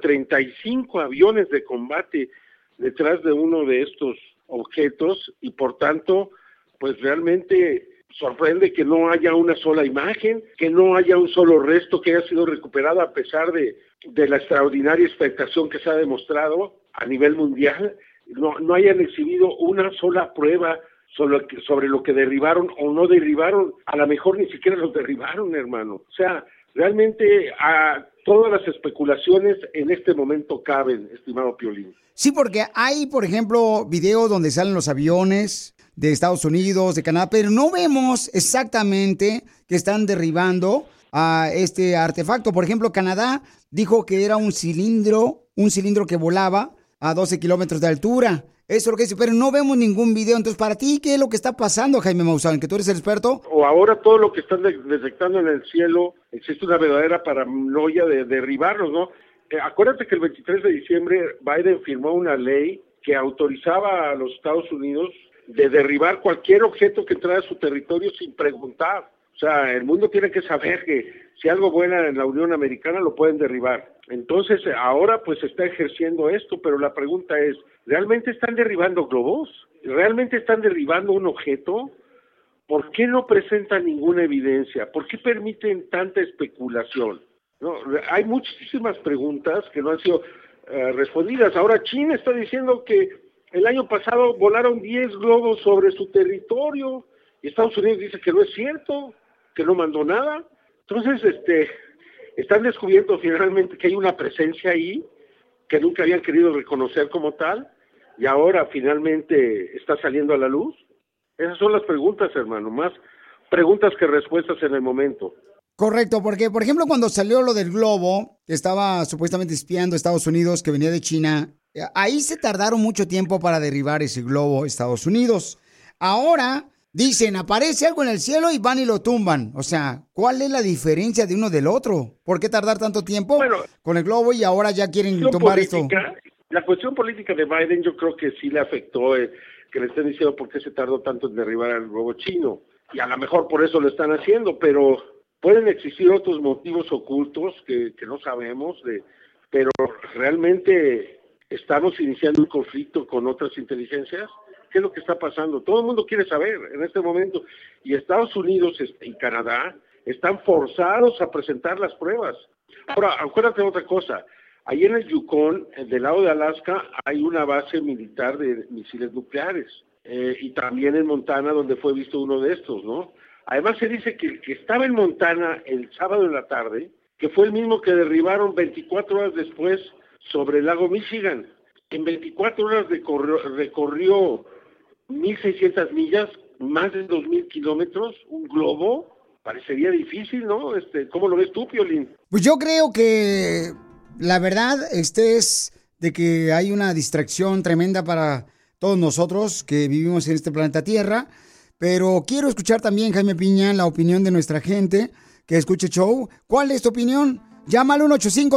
Speaker 1: 35 aviones de combate detrás de uno de estos objetos y por tanto pues realmente sorprende que no haya una sola imagen, que no haya un solo resto que haya sido recuperado a pesar de la extraordinaria expectación que se ha demostrado a nivel mundial. No hayan exhibido una sola prueba sobre lo que derribaron o no derribaron. A lo mejor ni siquiera los derribaron, hermano. O sea, realmente todas las especulaciones en este momento caben, estimado Piolín.
Speaker 4: Sí, porque hay, por ejemplo, videos donde salen los aviones de Estados Unidos, de Canadá, pero no vemos exactamente que están derribando a este artefacto. Por ejemplo, Canadá dijo que era un cilindro que volaba a 12 kilómetros de altura. Eso es lo que dice, pero no vemos ningún video. Entonces, para ti, ¿qué es lo que está pasando, Jaime Maussan, que tú eres el experto?
Speaker 1: O ahora todo lo que están detectando en el cielo, existe una verdadera paranoia de derribarlos, ¿no? Acuérdate que el 23 de diciembre Biden firmó una ley que autorizaba a los Estados Unidos de derribar cualquier objeto que entrara a su territorio sin preguntar. O sea, el mundo tiene que saber que si algo vuela en la Unión Americana lo pueden derribar. Entonces, ahora pues se está ejerciendo esto, pero la pregunta es, ¿realmente están derribando globos? ¿Realmente están derribando un objeto? ¿Por qué no presentan ninguna evidencia? ¿Por qué permiten tanta especulación? No, hay muchísimas preguntas que no han sido respondidas. Ahora China está diciendo que el año pasado volaron 10 globos sobre su territorio y Estados Unidos dice que no es cierto, que no mandó nada. Entonces, están descubriendo finalmente que hay una presencia ahí que nunca habían querido reconocer como tal y ahora finalmente está saliendo a la luz. Esas son las preguntas, hermano, más preguntas que respuestas en el momento.
Speaker 4: Correcto, porque, por ejemplo, cuando salió lo del globo, que estaba supuestamente espiando a Estados Unidos, que venía de China, ahí se tardaron mucho tiempo para derribar ese globo Estados Unidos. Ahora, dicen, aparece algo en el cielo y van y lo tumban. O sea, ¿cuál es la diferencia de uno del otro? ¿Por qué tardar tanto tiempo con el globo y ahora ya quieren tumbar esto?
Speaker 1: La cuestión política de Biden yo creo que sí le afectó, que le estén diciendo por qué se tardó tanto en derribar al globo chino. Y a lo mejor por eso lo están haciendo, pero pueden existir otros motivos ocultos que no sabemos, pero realmente estamos iniciando un conflicto con otras inteligencias. ¿Qué es lo que está pasando? Todo el mundo quiere saber en este momento. Y Estados Unidos y Canadá están forzados a presentar las pruebas. Ahora, acuérdate de otra cosa. Ahí en el Yukon, del lado de Alaska, hay una base militar de misiles nucleares. Y también en Montana, donde fue visto uno de estos, ¿no? Además se dice que el que estaba en Montana el sábado en la tarde, que fue el mismo que derribaron 24 horas después sobre el lago Michigan. En 24 horas recorrió 1,600 millas, más de 2,000 kilómetros, un globo. Parecería difícil, ¿no? ¿Cómo lo ves tú, Piolín?
Speaker 4: Pues yo creo que la verdad es de que hay una distracción tremenda para todos nosotros que vivimos en este planeta Tierra. Pero quiero escuchar también, Jaime Piña, la opinión de nuestra gente que escuche show. ¿Cuál es tu opinión? Llama al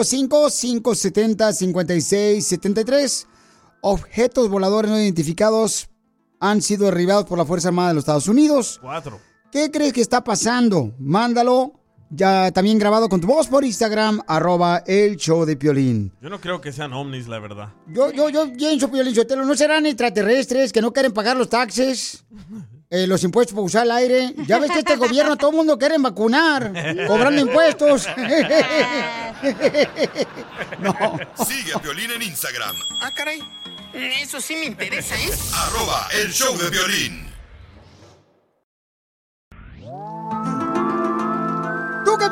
Speaker 4: 1-855-570-5673. Objetos voladores no identificados han sido derribados por la Fuerza Armada de los Estados Unidos.
Speaker 5: 4.
Speaker 4: ¿Qué crees que está pasando? Mándalo ya también grabado con tu voz por Instagram, @elshowdepiolín.
Speaker 5: Yo no creo que sean ovnis, la verdad.
Speaker 4: Yo pienso, Piolín Sotelo, ¿no serán extraterrestres que no quieren pagar los taxes? Los impuestos para usar el aire. Ya ves que este gobierno todo el mundo quiere vacunar, cobrando impuestos.
Speaker 3: No. Sigue a Piolín en Instagram.
Speaker 7: Ah, caray. Eso sí me interesa, ¿eh?
Speaker 3: @elshowdepiolín.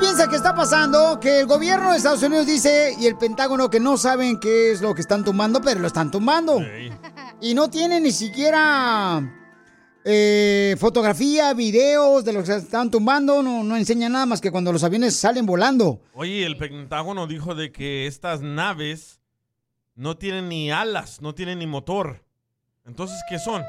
Speaker 4: piensas que está pasando? Que el gobierno de Estados Unidos dice y el Pentágono que no saben qué es lo que están tumbando, pero lo están tumbando. Sí. Y no tienen ni siquiera fotografía, videos de lo que se están tumbando. No enseña nada más que cuando los aviones salen volando.
Speaker 5: Oye, el Pentágono dijo de que estas naves no tienen ni alas, no tienen ni motor. Entonces, ¿qué son?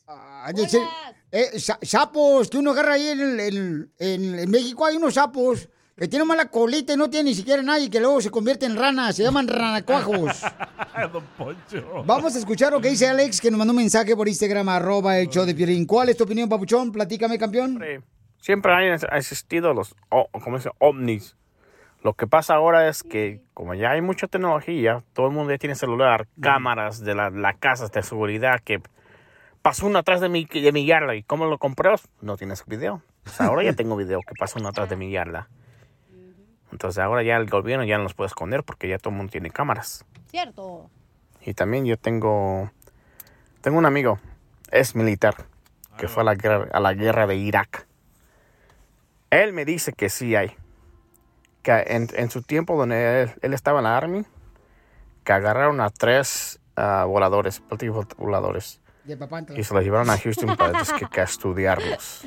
Speaker 4: Sapos que uno agarra ahí en México. Hay unos sapos que tienen mala colita y no tienen ni siquiera nadie, que luego se convierten en ranas. Se llaman ranacuajos.
Speaker 5: Don Poncho.
Speaker 4: Vamos a escuchar lo que dice Alex, que nos mandó un mensaje por Instagram, @el show de Piolín. ¿Cuál es tu opinión, papuchón? Platícame, campeón.
Speaker 8: Siempre han existido los ovnis. Lo que pasa ahora es que, como ya hay mucha tecnología, todo el mundo ya tiene celular, cámaras de las casas de seguridad, que pasó uno atrás de mi yarda. ¿Y cómo lo compruebas? No tienes video. Pues ahora ya tengo video que pasó uno atrás de mi yarda. Entonces ahora ya el gobierno ya no los puede esconder porque ya todo el mundo tiene cámaras.
Speaker 6: Cierto.
Speaker 8: Y también yo tengo un amigo, es militar, que fue a la guerra de Irak. Él me dice que sí hay. Que en su tiempo donde él estaba en la Army, que agarraron a 3 voladores, platillos voladores, y se los llevaron a Houston para que estudiarlos.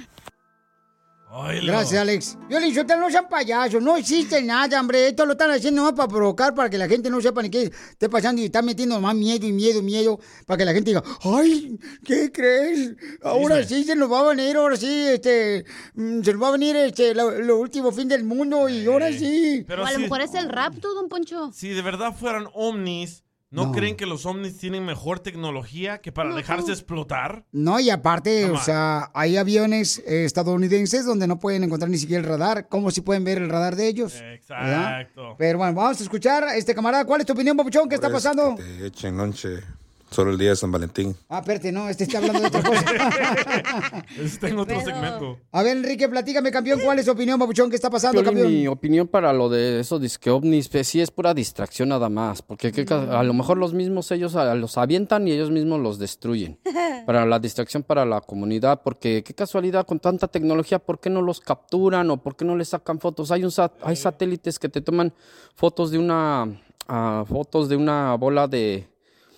Speaker 4: Gracias, Alex. Piolín, no sean payasos, no existe nada, hombre. Esto lo están haciendo más para provocar, para que la gente no sepa ni qué esté pasando y están metiendo más miedo, para que la gente diga, ay, ¿qué crees? Ahora sí se nos va a venir, ahora sí, se nos va a venir lo último fin del mundo y ahora sí.
Speaker 6: Pero o a lo mejor es el rapto, don Poncho.
Speaker 5: Si de verdad fueran ovnis, ¿no creen que los ovnis tienen mejor tecnología que para dejarse explotar?
Speaker 4: No, y aparte, o sea, hay aviones estadounidenses donde no pueden encontrar ni siquiera el radar. ¿Cómo si pueden ver el radar de ellos?
Speaker 5: Exacto.
Speaker 4: ¿Verdad? Pero bueno, vamos a escuchar a este camarada. ¿Cuál es tu opinión, papuchón? ¿Qué está pasando?
Speaker 10: Que te echen lonche solo el día de San Valentín.
Speaker 4: Espérate, no, está hablando de otra cosa.
Speaker 5: Está en otro segmento.
Speaker 4: A ver, Enrique, platícame, campeón, ¿cuál es tu opinión, papuchón? ¿Qué está pasando,
Speaker 11: Piolín,
Speaker 4: campeón?
Speaker 11: mi opinión para lo de esos disque ovnis, pues sí es pura distracción nada más, porque a lo mejor los mismos ellos los avientan y ellos mismos los destruyen. Para la distracción para la comunidad, porque qué casualidad con tanta tecnología, ¿por qué no los capturan o por qué no les sacan fotos? Hay satélites que te toman fotos de una bola de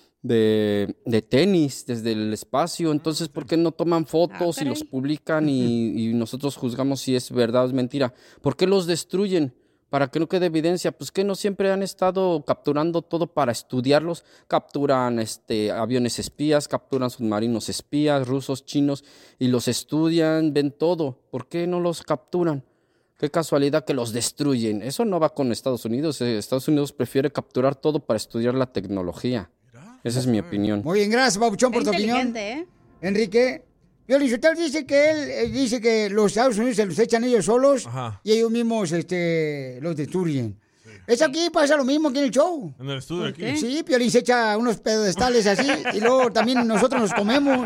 Speaker 11: tenis desde el espacio. Entonces, ¿por qué no toman fotos y los publican y nosotros juzgamos si es verdad o es mentira? ¿Por qué los destruyen? Para que no quede evidencia. Pues que no siempre han estado capturando todo para estudiarlos. Capturan aviones espías, capturan submarinos espías, rusos, chinos, y los estudian, ven todo. ¿Por qué no los capturan? Qué casualidad que los destruyen. Eso no va con Estados Unidos. Estados Unidos prefiere capturar todo para estudiar la tecnología. Esa es mi opinión.
Speaker 4: Muy bien, gracias, papuchón, por tu opinión. Enrique, Piolín Sotelo dice que él dice que los Estados Unidos se los echan ellos solos. Ajá. Y ellos mismos los destruyen. Sí. Es aquí, pasa lo mismo aquí en el show.
Speaker 5: En el estudio aquí.
Speaker 4: Sí, Piolín se echa unos pedestales así y luego también nosotros nos comemos.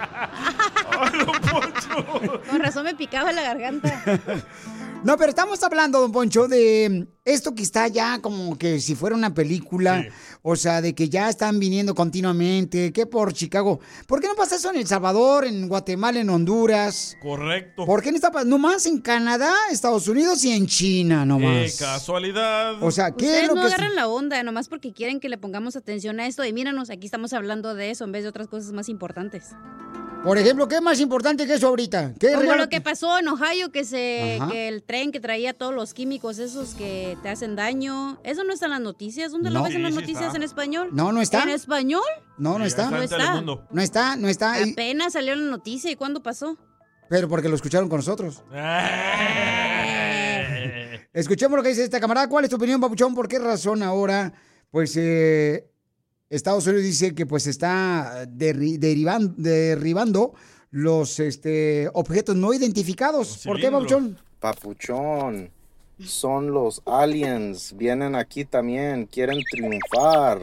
Speaker 6: Con razón me picaba la garganta.
Speaker 4: No, pero estamos hablando, don Poncho, de esto que está ya como que si fuera una película. Sí. O sea, de que ya están viniendo continuamente, que por Chicago. ¿Por qué no pasa eso en El Salvador, en Guatemala, en Honduras?
Speaker 5: Correcto.
Speaker 4: ¿Por qué no está pasando? Nomás en Canadá, Estados Unidos y en China, nomás.
Speaker 5: ¡Qué casualidad!
Speaker 4: O sea, ¿qué
Speaker 6: Ustedes
Speaker 4: es lo
Speaker 6: no
Speaker 4: que
Speaker 6: agarran la onda, nomás porque quieren que le pongamos atención a esto. Y míranos, aquí estamos hablando de eso en vez de otras cosas más importantes.
Speaker 4: Por ejemplo, ¿qué es más importante que eso ahorita?
Speaker 6: Como lo que pasó en Ohio, que el tren que traía todos los químicos esos que te hacen daño. ¿Eso no está en las noticias? ¿Dónde lo ves en las noticias en español?
Speaker 4: No, no está.
Speaker 6: ¿En español?
Speaker 4: No, no está.
Speaker 6: No está.
Speaker 4: No está, no está.
Speaker 6: Apenas salió la noticia. ¿Y cuándo pasó?
Speaker 4: Pero porque lo escucharon con nosotros. Escuchemos lo que dice esta camarada. ¿Cuál es tu opinión, papuchón? ¿Por qué razón ahora, pues, Estados Unidos dice que pues está derribando los objetos no identificados? ¿Por qué, papuchón?
Speaker 13: Papuchón, son los aliens, vienen aquí también, quieren triunfar.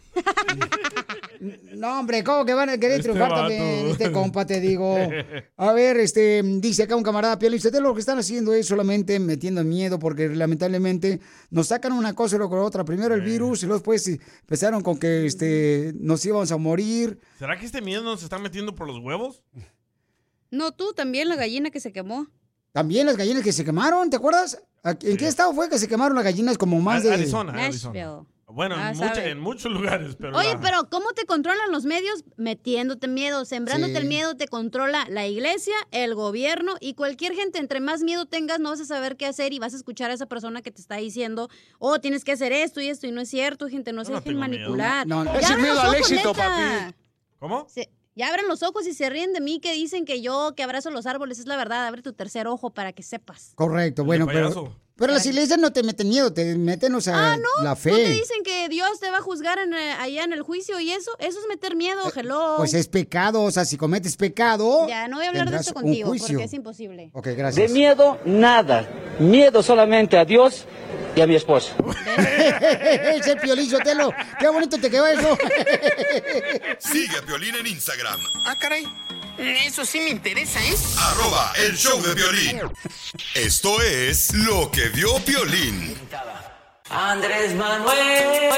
Speaker 4: No, hombre, ¿cómo que van a querer triunfar también? Compa, te digo. A ver, dice acá un camarada, Piolín, lo que están haciendo es solamente metiendo miedo, porque lamentablemente nos sacan una cosa y luego otra. Primero el virus y luego después empezaron con que nos íbamos a morir.
Speaker 5: ¿Será que este miedo nos está metiendo por los huevos?
Speaker 6: No, tú también, la gallina que se quemó.
Speaker 4: También las gallinas que se quemaron, ¿te acuerdas? ¿En qué estado fue que se quemaron las gallinas como más de...
Speaker 5: Arizona.
Speaker 6: Nashville.
Speaker 5: Bueno, en muchos lugares, pero...
Speaker 6: Oye, pero ¿cómo te controlan los medios? Metiéndote miedo, sembrándote el miedo, te controla la iglesia, el gobierno y cualquier gente. Entre más miedo tengas, no vas a saber qué hacer y vas a escuchar a esa persona que te está diciendo, tienes que hacer esto y esto, y no es cierto, gente, no se dejen manipular.
Speaker 4: No.
Speaker 6: Ya
Speaker 4: Es el
Speaker 6: abran
Speaker 4: miedo
Speaker 6: los
Speaker 4: al
Speaker 6: ojos,
Speaker 4: éxito,
Speaker 6: neta.
Speaker 4: papi.
Speaker 5: ¿Cómo?
Speaker 6: Ya abran los ojos y se ríen de mí que dicen que yo que abrazo los árboles. Es la verdad, abre tu tercer ojo para que sepas.
Speaker 4: Correcto, bueno, pero las iglesias no te meten miedo, te meten, la fe.
Speaker 6: ¿No te dicen que Dios te va a juzgar allá en el juicio y eso? Eso es meter miedo, hello.
Speaker 4: Pues es pecado, si cometes pecado...
Speaker 6: Ya, no voy a hablar de esto contigo, porque es imposible.
Speaker 4: Ok, gracias.
Speaker 12: De miedo, nada. Miedo solamente a Dios y a mi esposo.
Speaker 4: Ese Piolín Sotelo, qué bonito te quedó eso.
Speaker 3: Sigue a Piolín en Instagram.
Speaker 7: Ah, caray. Eso sí me interesa, ¿eh?
Speaker 3: @el show de Piolín. Esto es lo que vio Piolín.
Speaker 9: Andrés Manuel.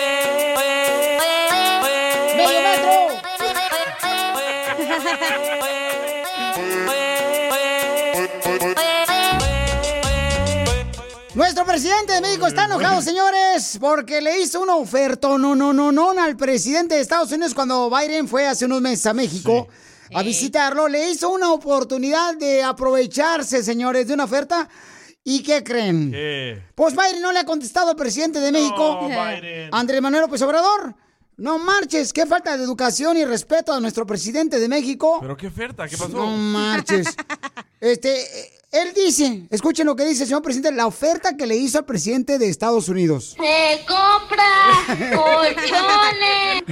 Speaker 4: ¡Medio metro! Nuestro presidente de México está enojado, señores, porque le hizo una oferta al presidente de Estados Unidos cuando Biden fue hace unos meses a México a visitarlo. Le hizo una oportunidad de aprovecharse, señores, de una oferta. ¿Y qué creen? Pues Biden no le ha contestado al presidente de México, Andrés Manuel López Obrador. No marches, qué falta de educación y respeto a nuestro presidente de México.
Speaker 5: ¿Pero qué oferta? ¿Qué pasó?
Speaker 4: No marches. Él dice, escuchen lo que dice el señor presidente, la oferta que le hizo al presidente de Estados Unidos.
Speaker 15: ¡Se compra colchones!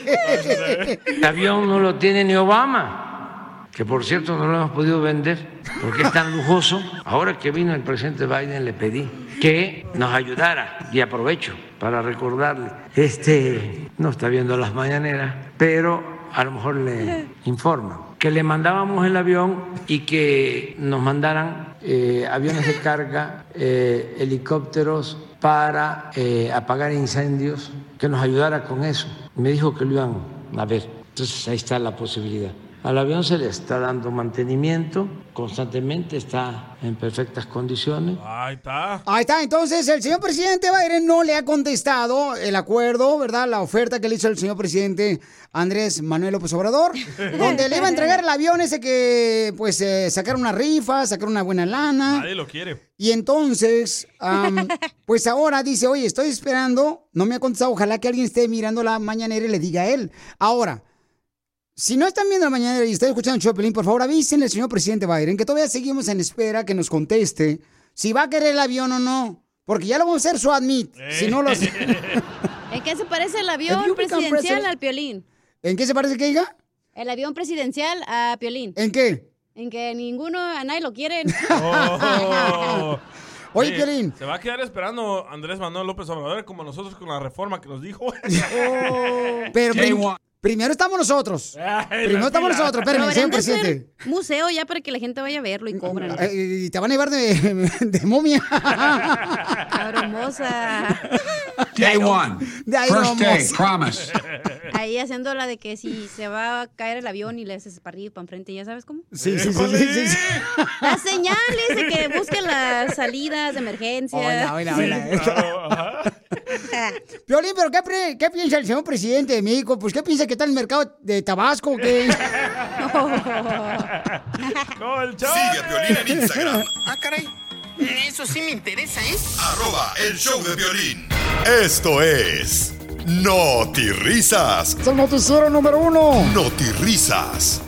Speaker 17: El avión no lo tiene ni Obama, que por cierto no lo hemos podido vender porque es tan lujoso. Ahora que vino el presidente Biden le pedí que nos ayudara y aprovecho para recordarle, no está viendo las mañaneras, pero a lo mejor le informo que le mandábamos el avión y que nos mandaran aviones de carga, helicópteros para apagar incendios, que nos ayudara con eso. Me dijo que lo iban a ver. Entonces ahí está la posibilidad. Al avión se le está dando mantenimiento constantemente, está en perfectas condiciones.
Speaker 5: Ahí está.
Speaker 4: Ahí está, entonces el señor presidente Biden no le ha contestado el acuerdo, ¿verdad? La oferta que le hizo el señor presidente Andrés Manuel López Obrador, donde le iba a entregar el avión ese que, pues, sacaron una rifa, sacaron una buena lana.
Speaker 5: Nadie lo quiere.
Speaker 4: Y entonces, pues ahora dice, oye, estoy esperando, no me ha contestado, ojalá que alguien esté mirando la mañanera y le diga a él. Ahora, si no están viendo la mañanera y están escuchando el show de Piolín, por favor avísenle al señor presidente Biden que todavía seguimos en espera que nos conteste si va a querer el avión o no. Porque ya lo vamos a hacer su admit. Si no lo hace...
Speaker 6: ¿En qué se parece el avión presidencial al Piolín?
Speaker 4: ¿En qué se parece que diga?
Speaker 6: El avión presidencial a Piolín.
Speaker 4: ¿En qué?
Speaker 6: En que a nadie lo quieren.
Speaker 4: Oye, Piolín.
Speaker 5: Se va a quedar esperando Andrés Manuel López Obrador como nosotros con la reforma que nos dijo.
Speaker 4: Pero primero estamos nosotros. Espérenme, señor presidente.
Speaker 6: Museo ya para que la gente vaya a verlo y cobran.
Speaker 4: Y te van a llevar de momia.
Speaker 6: Hermosa.
Speaker 18: Day one. First day, promise.
Speaker 6: Ahí haciendo la de que si se va a caer el avión y le haces para arriba y para enfrente, ¿ya sabes cómo?
Speaker 4: Sí.
Speaker 6: Las señales de que busquen las salidas de emergencia.
Speaker 4: Piolín, pero ¿qué piensa el señor presidente de México? Pues ¿qué piensa que está en el mercado de Tabasco? ¿Qué?
Speaker 3: Sigue a Piolín en Instagram.
Speaker 7: Ah, caray. Eso sí me interesa, ¿eh?
Speaker 3: @el show de Piolín. Esto es Notirrisas.
Speaker 4: Es el noticiero número 1.
Speaker 3: Notirrisas.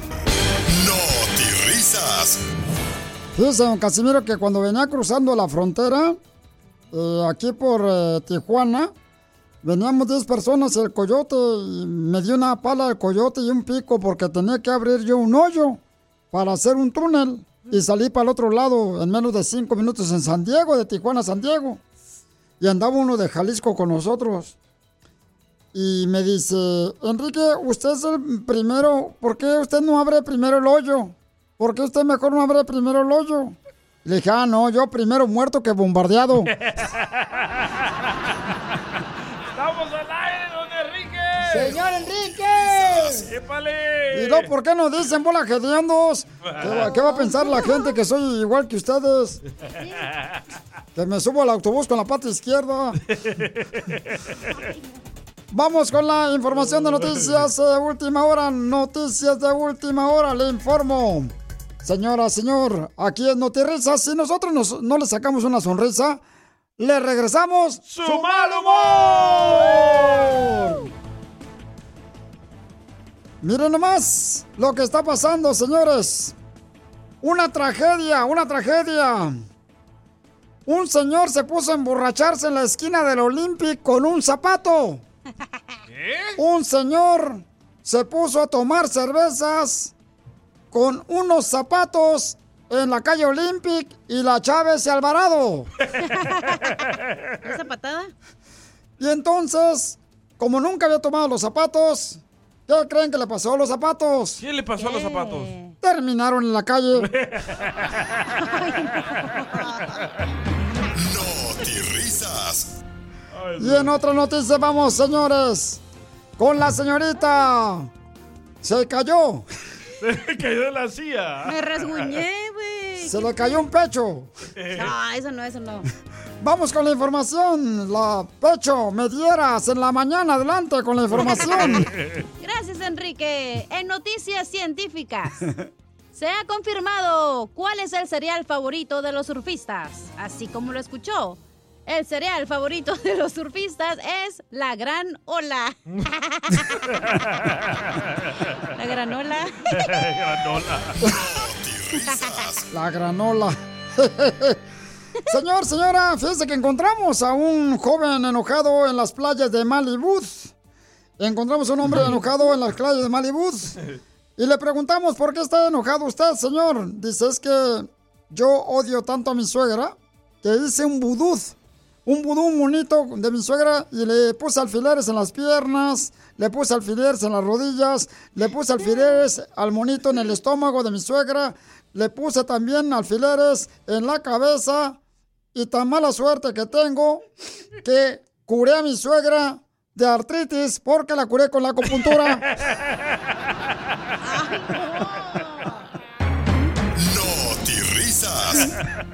Speaker 4: Fíjese, don Casimiro, que cuando venía cruzando la frontera, aquí por Tijuana, veníamos 10 personas y el coyote me dio una pala al coyote y un pico porque tenía que abrir yo un hoyo para hacer un túnel. Y salí para el otro lado en menos de 5 minutos en San Diego, de Tijuana a San Diego. Y andaba uno de Jalisco con nosotros. Y me dice, Enrique, usted es el primero, ¿por qué usted no abre primero el hoyo? ¿Por qué usted mejor no abre primero el hoyo? Le dije, no, yo primero muerto que bombardeado.
Speaker 5: ¡Estamos al aire, don Enrique!
Speaker 4: ¡Señor Enrique!
Speaker 5: ¡Épale!
Speaker 4: ¿Y no, por qué nos dicen bola hediondos? ¿Qué va a pensar la gente que soy igual que ustedes? Que me subo al autobús con la pata izquierda. Vamos con la información de noticias de última hora. Noticias de última hora, le informo. Señora, señor, aquí en Notirrisas, si nosotros no le sacamos una sonrisa, le regresamos
Speaker 5: ¡su mal humor!
Speaker 4: Miren nomás lo que está pasando, señores. Una tragedia, una tragedia. Un señor se puso a emborracharse en la esquina del Olympic con un zapato.
Speaker 5: ¿Qué?
Speaker 4: Un señor se puso a tomar cervezas con unos zapatos en la calle Olympic y la Chávez y Alvarado.
Speaker 6: ¿Esa patada?
Speaker 4: Y entonces, como nunca había tomado los zapatos, ¿qué creen que le pasó a los zapatos?
Speaker 5: ¿Qué le pasó a los zapatos?
Speaker 4: Terminaron en la calle.
Speaker 3: Notirrisas.
Speaker 4: Y en otra noticia vamos, señores, con la señorita. Se cayó.
Speaker 5: Se cayó de la silla.
Speaker 6: Me rasguñé, güey.
Speaker 4: Se le cayó un pecho.
Speaker 6: No, eso no, eso no.
Speaker 4: Vamos con la información. La pecho, me dieras en la mañana. Adelante con la información.
Speaker 6: Gracias, Enrique. En noticias científicas, se ha confirmado cuál es el cereal favorito de los surfistas. Así como lo escuchó, el cereal favorito de los surfistas es la gran ola. La granola.
Speaker 4: La granola. Señor, señora, fíjese que encontramos a un joven enojado en las playas de Malibú. Encontramos a un hombre enojado en las playas de Malibú. Y le preguntamos, ¿por qué está enojado usted, señor? Dice, es que yo odio tanto a mi suegra que hice un vudú bonito de mi suegra y le puse alfileres en las piernas, le puse alfileres en las rodillas, le puse alfileres al monito en el estómago de mi suegra, le puse también alfileres en la cabeza y tan mala suerte que tengo que curé a mi suegra de artritis porque la curé con la acupuntura.
Speaker 3: Notirrisas.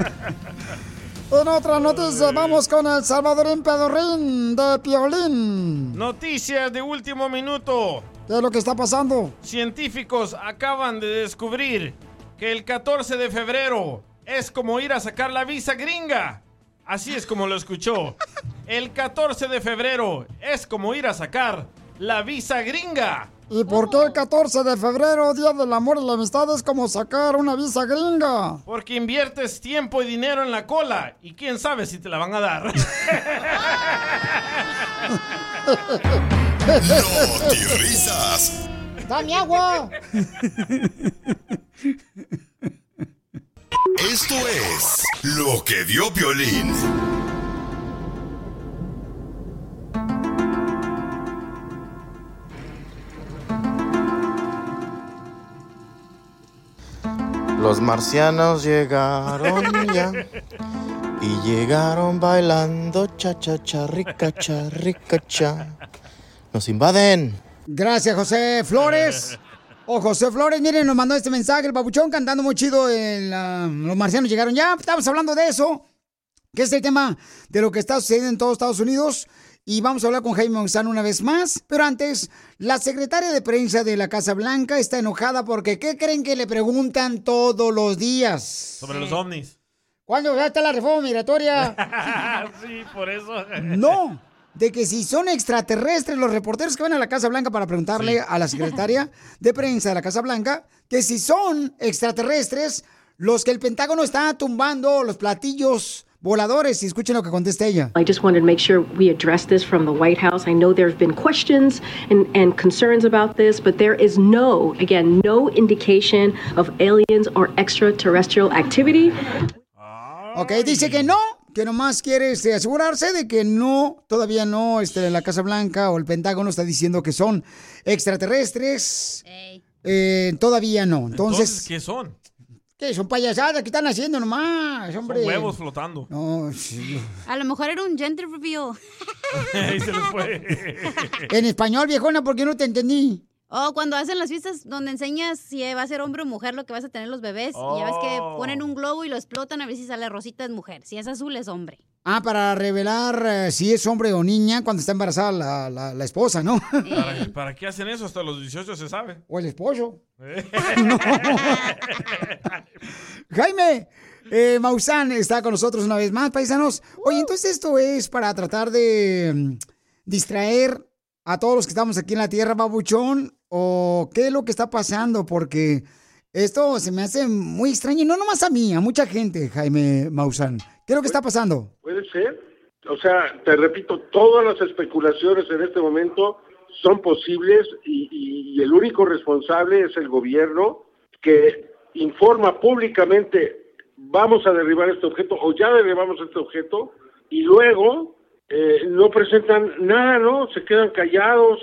Speaker 4: En otra noticia, vamos con el Salvadorín Pedorrín de Piolín.
Speaker 5: Noticias de último minuto.
Speaker 4: ¿Qué es lo que está pasando?
Speaker 5: Científicos acaban de descubrir que el 14 de febrero es como ir a sacar la visa gringa. Así es como lo escuchó. El 14 de febrero es como ir a sacar la visa gringa.
Speaker 4: ¿Y por qué el 14 de febrero, Día del Amor y la Amistad, es como sacar una visa gringa?
Speaker 5: Porque inviertes tiempo y dinero en la cola y quién sabe si te la van a dar.
Speaker 3: Notirrisas.
Speaker 4: ¡Dame agua!
Speaker 3: Esto es Lo que vio Piolín.
Speaker 13: Los marcianos llegaron ya y llegaron bailando cha cha cha rica cha. Nos invaden.
Speaker 4: Gracias, José Flores. José Flores, miren, nos mandó este mensaje, el papuchón cantando muy chido. Los marcianos llegaron ya. Estamos hablando de eso, que es el tema de lo que está sucediendo en todos Estados Unidos. Y vamos a hablar con Jaime Maussan una vez más. Pero antes, la secretaria de prensa de la Casa Blanca está enojada porque ¿qué creen que le preguntan todos los días?
Speaker 5: Sobre los ovnis.
Speaker 4: ¿Cuándo va a estar la reforma migratoria?
Speaker 5: Sí, por eso.
Speaker 4: No, de que si son extraterrestres los reporteros que van a la Casa Blanca para preguntarle a la secretaria de prensa de la Casa Blanca, que si son extraterrestres los que el Pentágono está tumbando los platillos voladores. Y escuchen lo que contesta ella.
Speaker 2: I just wanted to make sure we address this from the White House. I know there have been questions and concerns about this, but there is no indication of aliens or extraterrestrial activity.
Speaker 4: Ok, dice que no, que nomás quiere asegurarse de que no, todavía no, la Casa Blanca o el Pentágono está diciendo que son extraterrestres. Todavía no. Entonces,
Speaker 5: ¿qué son?
Speaker 4: ¿Qué? Son payasadas que están haciendo nomás, hombre.
Speaker 5: Son huevos flotando.
Speaker 4: No, sí.
Speaker 6: A lo mejor era un gender reveal.
Speaker 5: Ahí se les fue.
Speaker 4: En español, viejona, porque no te entendí.
Speaker 6: O cuando hacen las fiestas donde enseñas si va a ser hombre o mujer lo que vas a tener los bebés. Y ya ves que ponen un globo y lo explotan a ver si sale rosita es mujer. Si es azul es hombre.
Speaker 4: Ah, para revelar si es hombre o niña cuando está embarazada la esposa, ¿no?
Speaker 5: ¿Para qué hacen eso? Hasta los 18 se sabe.
Speaker 4: O el esposo. No. Jaime Maussan está con nosotros una vez más, paisanos. Oye, entonces esto es para tratar de distraer a todos los que estamos aquí en la tierra, babuchón, o qué es lo que está pasando, porque esto se me hace muy extraño, y no nomás a mí, a mucha gente, Jaime Maussan. ¿Qué es lo que está pasando?
Speaker 1: Puede ser. O sea, te repito, todas las especulaciones en este momento son posibles y el único responsable es el gobierno, que informa públicamente: vamos a derribar este objeto o ya derribamos este objeto, y luego no presentan nada, ¿no? Se quedan callados.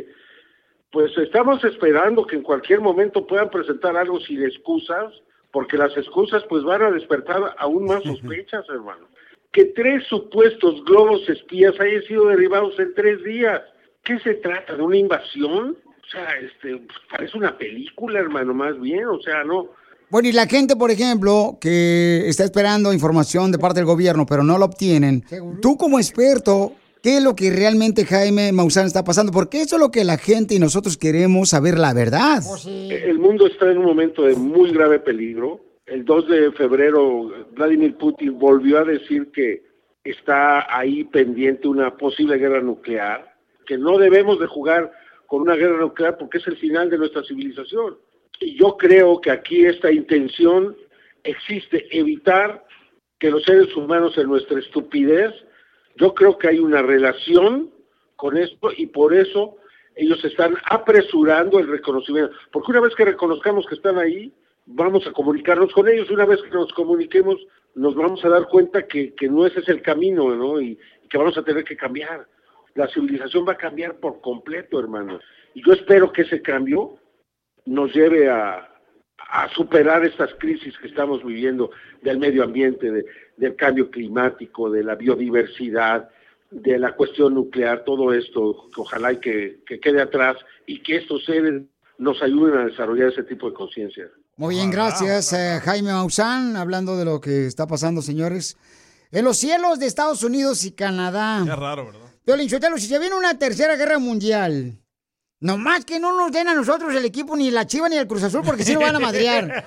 Speaker 1: Pues estamos esperando que en cualquier momento puedan presentar algo sin excusas, porque las excusas pues van a despertar aún más sospechas, hermano. Que 3 supuestos globos espías hayan sido derribados en 3 días. ¿Qué se trata? ¿De una invasión? O sea, parece una película, hermano, más bien. O sea, no.
Speaker 4: Bueno, y la gente, por ejemplo, que está esperando información de parte del gobierno, pero no lo obtienen. ¿Seguro? Tú como experto, ¿qué es lo que realmente Jaime Maussan está pasando? Porque eso es lo que la gente y nosotros queremos saber, la verdad.
Speaker 1: Oh, sí. El mundo está en un momento de muy grave peligro. El 2 de febrero, Vladimir Putin volvió a decir que está ahí pendiente una posible guerra nuclear, que no debemos de jugar con una guerra nuclear porque es el final de nuestra civilización. Y yo creo que aquí esta intención existe, evitar que los seres humanos en nuestra estupidez, yo creo que hay una relación con esto y por eso ellos están apresurando el reconocimiento. Porque una vez que reconozcamos que están ahí, vamos a comunicarnos con ellos. Una vez que nos comuniquemos, nos vamos a dar cuenta que no ese es el camino, ¿no? Y que vamos a tener que cambiar. La civilización va a cambiar por completo, hermano. Y yo espero que ese cambio nos lleve a superar estas crisis que estamos viviendo del medio ambiente, del cambio climático, de la biodiversidad, de la cuestión nuclear, todo esto, que ojalá y que quede atrás y que estos seres nos ayuden a desarrollar ese tipo de conciencia.
Speaker 4: Muy bien, gracias, Jaime Maussan, hablando de lo que está pasando, señores, en los cielos de Estados Unidos y Canadá.
Speaker 5: Qué raro, ¿verdad?
Speaker 4: Piolín Sotelo, si se viene una tercera guerra mundial, nomás que no nos den a nosotros el equipo, ni la Chiva ni el Cruz Azul, porque si no van a madrear.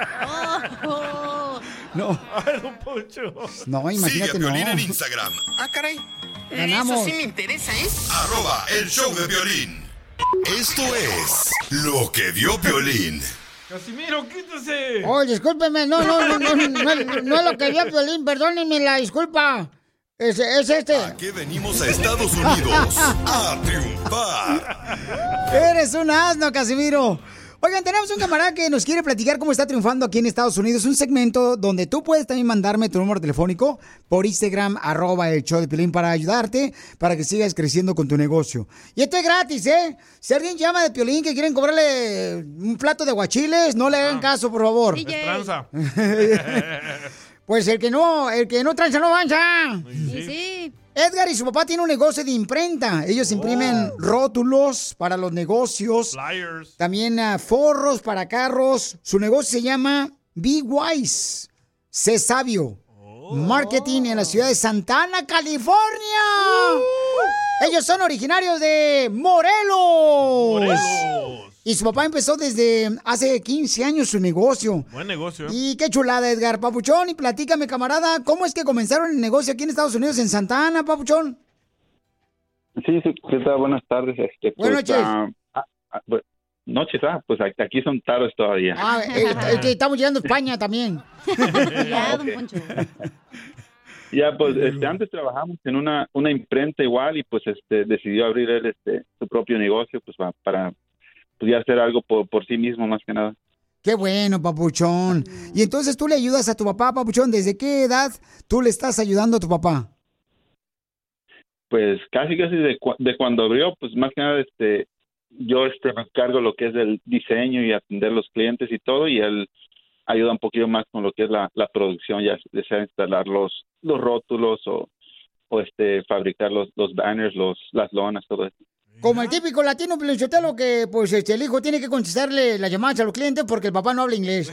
Speaker 4: No.
Speaker 5: Ay, don Poncho.
Speaker 4: No, imagínate,
Speaker 3: Sigue a Piolín
Speaker 4: no.
Speaker 3: en Instagram.
Speaker 7: Ah, caray.
Speaker 4: Ganamos.
Speaker 7: Eso sí me interesa, ¿eh?
Speaker 3: @el show de Piolín. Esto es lo que vio Piolín.
Speaker 5: Casimiro, quítese.
Speaker 4: Oh, discúlpeme, no es lo que vio Piolín, perdónenme la disculpa. Es este.
Speaker 3: Aquí venimos a Estados Unidos a triunfar.
Speaker 4: Eres un asno, Casimiro. Oigan, tenemos un camarada que nos quiere platicar cómo está triunfando aquí en Estados Unidos. Un segmento donde tú puedes también mandarme tu número telefónico por Instagram, @el show de Piolín, para ayudarte, para que sigas creciendo con tu negocio. Y esto es gratis, ¿eh? Si alguien llama de Piolín que quieren cobrarle un plato de aguachiles, no le hagan caso, por favor.
Speaker 5: Es tranza.
Speaker 4: Pues el que no tranza no avanza.
Speaker 6: Sí, sí.
Speaker 4: Edgar y su papá tienen un negocio de imprenta. Ellos imprimen rótulos para los negocios.
Speaker 5: Flyers.
Speaker 4: También forros para carros. Su negocio se llama Be Wise. Sé sabio. Marketing en la ciudad de Santa Ana, California. Ellos son originarios de Morelos. Y su papá empezó desde hace 15 años su negocio.
Speaker 5: Buen negocio.
Speaker 4: Y qué chulada, Edgar. Papuchón, y platícame, camarada, ¿cómo es que comenzaron el negocio aquí en Estados Unidos, en Santa Ana, Papuchón?
Speaker 16: Sí, ¿qué tal? Buenas tardes.
Speaker 4: Buenas noches.
Speaker 16: Noches, pues aquí son tardes todavía.
Speaker 4: Estamos llegando a España también.
Speaker 6: Ya, don Poncho.
Speaker 16: Ya, pues antes trabajamos en una imprenta igual y pues decidió abrir él su propio negocio pues para pudiera hacer algo por sí mismo, más que nada.
Speaker 4: Qué bueno, Papuchón. Y entonces tú le ayudas a tu papá, Papuchón. ¿Desde qué edad tú le estás ayudando a tu papá?
Speaker 16: Pues casi de cuando abrió, pues más que nada yo me encargo lo que es el diseño y atender los clientes y todo, y él ayuda un poquito más con lo que es la producción, ya sea instalar los rótulos o fabricar los banners, las lonas, todo eso.
Speaker 4: Como el típico latino, Pelichotelo, que pues el hijo tiene que contestarle las llamadas a los clientes porque el papá no habla inglés.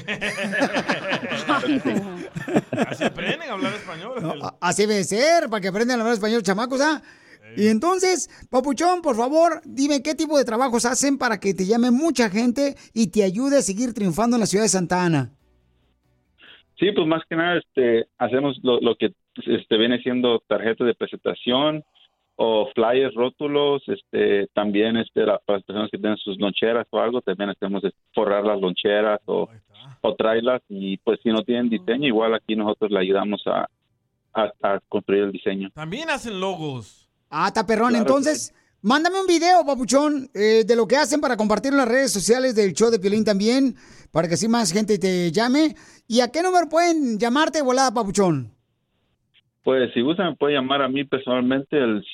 Speaker 5: Así aprenden a hablar español.
Speaker 4: No, así debe ser, para que aprendan a hablar español, chamacos, ¿ah? Y entonces, Papuchón, por favor, dime qué tipo de trabajos hacen para que te llame mucha gente y te ayude a seguir triunfando en la ciudad de Santa Ana.
Speaker 16: Sí, pues más que nada hacemos lo que viene siendo tarjetas de presentación o flyers, rótulos, también para las personas que tienen sus loncheras o algo, también hacemos forrar las loncheras o traerlas, y pues si no tienen diseño, igual aquí nosotros le ayudamos a construir el diseño.
Speaker 5: También hacen logos.
Speaker 4: Ah, está perrón. Claro. Entonces, mándame un video, Papuchón, de lo que hacen para compartirlo en las redes sociales del show de Piolín también, para que así más gente te llame. ¿Y a qué número pueden llamarte de volada, Papuchón?
Speaker 16: Pues si gustan, me puede llamar a mí personalmente el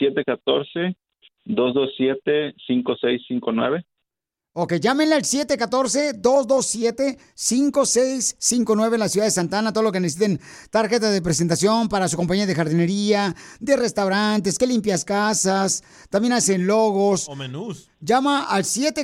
Speaker 16: 714-227-5659.
Speaker 4: Ok, llámenle al 714-227-5659 en la ciudad de Santa Ana, todo lo que necesiten, tarjeta de presentación para su compañía de jardinería, de restaurantes, que limpias casas, también hacen logos.
Speaker 5: O menús.
Speaker 4: Llama al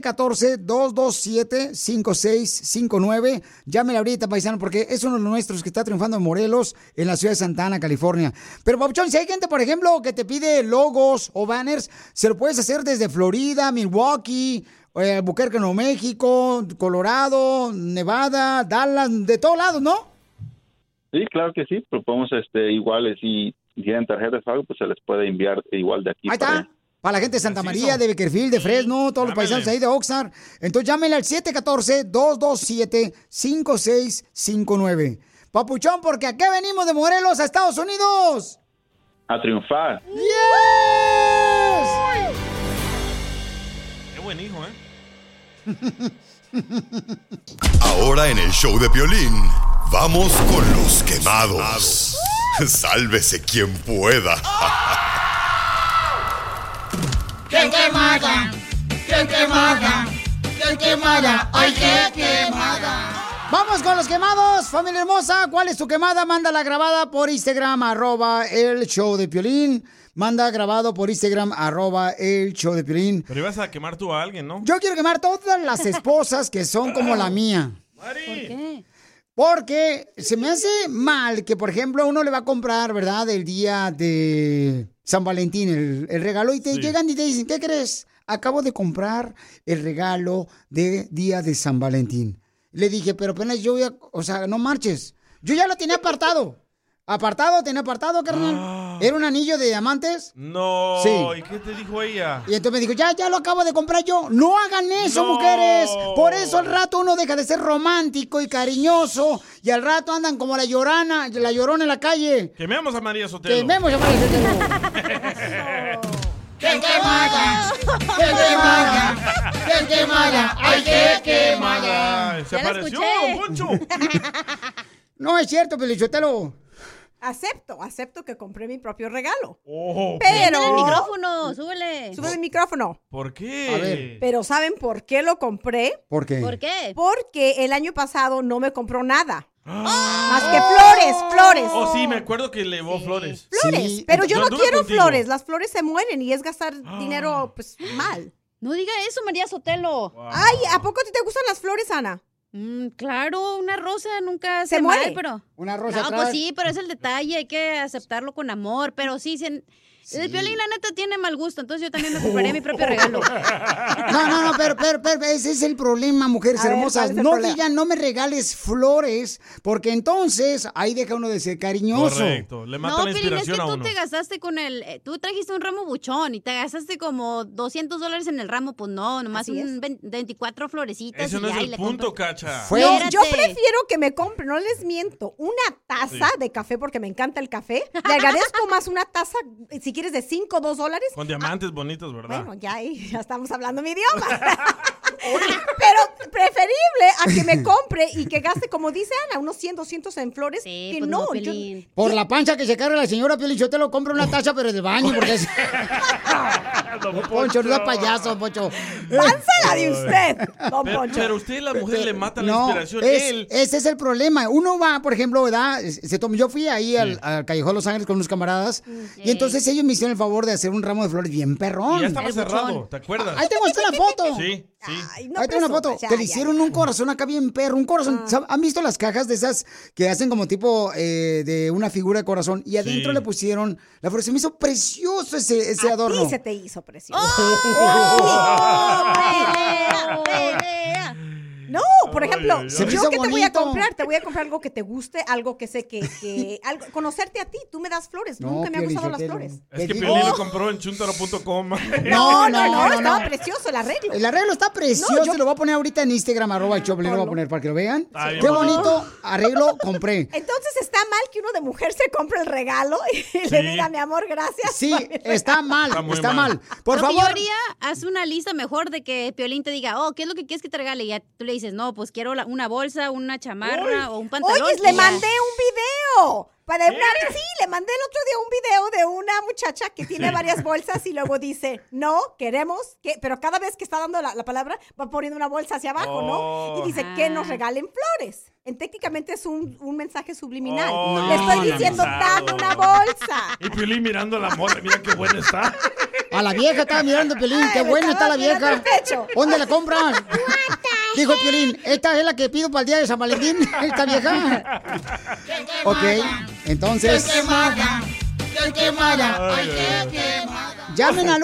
Speaker 4: 714-227-5659. Llámele ahorita, paisano, porque es uno de los nuestros que está triunfando en Morelos, en la ciudad de Santa Ana, California. Pero, Papuchón, si hay gente, por ejemplo, que te pide logos o banners, se lo puedes hacer desde Florida, Milwaukee, Albuquerque, Nuevo México, Colorado, Nevada, Dallas, de todos lados, ¿no?
Speaker 16: Sí, claro que sí. Proponemos iguales, si tienen tarjetas o algo, pues se les puede enviar igual de aquí.
Speaker 4: Ahí está. Para la gente de Santa María, de Beckerfield, de Fresno, todos los paisanos ahí de Oxnard. Entonces llámenle al 714-227-5659. Papuchón, porque acá venimos de Morelos a Estados Unidos.
Speaker 16: A triunfar.
Speaker 4: ¡Yes!
Speaker 5: Qué buen hijo, ¿eh?
Speaker 3: Ahora en el show de Piolín, vamos con los quemados. Sálvese quien pueda.
Speaker 4: ¡Qué quemada! ¡Qué quemada! ¡Qué quemada! ¡Ay, qué quemada! Vamos con los quemados, familia hermosa. ¿Cuál es tu quemada? Mándala grabada por Instagram, @el show de Piolín. Manda grabado por Instagram, @el show de Piolín.
Speaker 5: Pero ibas a quemar tú a alguien, ¿no?
Speaker 4: Yo quiero quemar todas las esposas que son como la mía.
Speaker 5: Mari.
Speaker 6: ¿Por qué?
Speaker 4: Porque se me hace mal que, por ejemplo, uno le va a comprar, ¿verdad?, el día de San Valentín, el regalo, y te llegan y te dicen, ¿qué crees? Acabo de comprar el regalo de día de San Valentín. Le dije, pero apenas yo voy a... O sea, no marches. Yo ya lo tenía apartado. Tenía apartado, carnal. ¿Era un anillo de diamantes?
Speaker 5: No.
Speaker 4: Sí.
Speaker 5: ¿Y qué te dijo ella?
Speaker 4: Y entonces me dijo, ya lo acabo de comprar yo. No hagan eso, mujeres. Por eso al rato uno deja de ser romántico y cariñoso. Y al rato andan como la llorona en la calle.
Speaker 5: Quememos a María Sotelo.
Speaker 4: Quememos a María Sotelo. ¡Qué quemada! ¡Qué quemada! ¡Qué quemada! ¡Ay, qué quemada!
Speaker 5: Se apareció, don Poncho.
Speaker 4: No es cierto, Pelichotelo.
Speaker 14: Acepto que compré mi propio regalo.
Speaker 5: Oh,
Speaker 14: pero...
Speaker 6: Súbele el micrófono, súbele.
Speaker 14: Súbele el micrófono.
Speaker 5: ¿Por qué?
Speaker 4: A ver.
Speaker 14: Pero ¿saben por qué lo compré?
Speaker 4: ¿Por qué?
Speaker 6: ¿Por qué?
Speaker 14: Porque el año pasado no me compró nada.
Speaker 5: ¡Ah!
Speaker 14: Más que flores.
Speaker 5: Oh, sí, me acuerdo que le llevó flores.
Speaker 14: Flores,
Speaker 4: Sí.
Speaker 14: pero yo no
Speaker 5: anduve
Speaker 14: quiero
Speaker 5: contigo.
Speaker 14: flores. Las flores se mueren y es gastar dinero, pues, mal.
Speaker 6: No diga eso, María Sotelo.
Speaker 5: Wow.
Speaker 14: Ay, ¿a poco a ti te gustan las flores, Ana?
Speaker 6: Claro, una rosa nunca
Speaker 14: Se
Speaker 6: hace
Speaker 14: muere.
Speaker 6: mal, pero...
Speaker 4: Una rosa
Speaker 6: No,
Speaker 4: atrás.
Speaker 6: pues sí, pero es el detalle, hay que aceptarlo con amor, pero sí, el Piolín, la neta, tiene mal gusto, entonces yo también me compraría mi propio regalo.
Speaker 4: No, pero, ese es el problema, mujeres
Speaker 14: A ver,
Speaker 4: hermosas.
Speaker 14: ¿cuál es el
Speaker 4: No
Speaker 14: problema?
Speaker 4: digan, no me regales flores, porque entonces ahí deja uno de ser cariñoso.
Speaker 5: Correcto, le mata
Speaker 6: No,
Speaker 5: la
Speaker 6: Piolín, es
Speaker 5: inspiración
Speaker 6: que
Speaker 5: a
Speaker 6: tú
Speaker 5: uno.
Speaker 6: te gastaste tú trajiste un ramo buchón y te gastaste como $200 en el ramo, pues no, nomás
Speaker 14: Así es.
Speaker 6: 24 florecitas.
Speaker 5: Ese no
Speaker 6: y
Speaker 5: es
Speaker 6: ahí
Speaker 5: el
Speaker 6: le
Speaker 5: punto,
Speaker 6: compras.
Speaker 5: Cacha.
Speaker 4: Fue-
Speaker 14: No,
Speaker 6: Espérate.
Speaker 14: yo prefiero que me compre, no les miento, una taza de café porque me encanta el café. Le agradezco más una taza, si quieres, de $5 o $2.
Speaker 5: Con diamantes bonitos, ¿verdad?
Speaker 14: Bueno, ya estamos hablando mi idioma. Pero preferible a que me compre y que gaste, como dice Ana, unos 100, 200 en flores.
Speaker 6: Sí,
Speaker 14: que
Speaker 6: pues
Speaker 14: no,
Speaker 4: Por la pancha que se carga la señora Piolín, yo te lo compro una taza, pero del baño, porque es... Don Poncho, no es payaso, Don Poncho.
Speaker 14: ¡Panza la de usted, Don Poncho!
Speaker 5: Pero usted, la mujer, le mata la
Speaker 4: No,
Speaker 5: inspiración.
Speaker 4: ese es el problema. Uno va, por ejemplo, ¿verdad? Yo fui ahí al Callejón Los Ángeles con unos camaradas y entonces ellos me hicieron el favor de hacer un ramo de flores bien perrón.
Speaker 5: Y ya estaba cerrado, ¿te acuerdas?
Speaker 4: Ahí tengo una foto.
Speaker 5: Sí.
Speaker 14: Ay, no,
Speaker 4: Ahí tengo una foto. Que le hicieron un corazón acá bien perro, un corazón. ¿Han visto las cajas de esas que hacen como tipo de una figura de corazón? Y adentro le pusieron la flor. Se me hizo precioso ese adorno.
Speaker 14: Sí, se te hizo precioso.
Speaker 6: ¡Pelea!
Speaker 14: No, por ejemplo,
Speaker 4: Se me
Speaker 14: yo
Speaker 4: hizo
Speaker 14: que te voy a
Speaker 4: bonito.
Speaker 14: comprar, te voy a comprar algo que te guste, algo que sé que conocerte a ti, tú me das flores,
Speaker 4: No,
Speaker 14: nunca me han
Speaker 4: Piolín,
Speaker 14: gustado las
Speaker 4: Sotelo.
Speaker 14: flores.
Speaker 5: Es que
Speaker 4: Te
Speaker 5: Piolín
Speaker 4: digo.
Speaker 5: lo compró en chuntaro.com.
Speaker 14: No, estaba precioso el arreglo.
Speaker 4: El arreglo está precioso, lo voy a poner ahorita en Instagram, @Choplin, lo voy a poner para que lo vean.
Speaker 5: Ay,
Speaker 4: Qué
Speaker 5: bonito.
Speaker 4: bonito arreglo compré.
Speaker 14: Entonces está mal que uno de mujer se compre el regalo y le diga, mi amor, gracias.
Speaker 4: Sí, está mal, está mal. Por
Speaker 6: Lo que
Speaker 4: favor.
Speaker 6: yo haría, haz una lista mejor de que Piolín te diga, ¿qué es lo que quieres que te regale? Y ya tú le dices, no, pues quiero una bolsa, una chamarra o un pantalón.
Speaker 14: Oye,
Speaker 6: y
Speaker 14: le
Speaker 6: ya.
Speaker 14: mandé un video. Sí, le mandé el otro día un video de una muchacha que tiene varias bolsas y luego dice, no, queremos que, pero cada vez que está dando la palabra va poniendo una bolsa hacia abajo, ¿no? Y dice que nos regalen flores. Técnicamente es un mensaje subliminal.
Speaker 5: Oh,
Speaker 14: Le estoy
Speaker 5: no,
Speaker 14: diciendo,
Speaker 5: abusado.
Speaker 14: dame una bolsa.
Speaker 5: Y Piolín mirando a la morra, mira qué buena está.
Speaker 4: A la vieja estaba mirando, Piolín, qué buena está la vieja.
Speaker 14: mirando el pecho.
Speaker 4: ¿Dónde la compran? Dijo Piolín, esta es la que pido para el día de San Valentín, esta vieja. Ok, entonces... Llamen al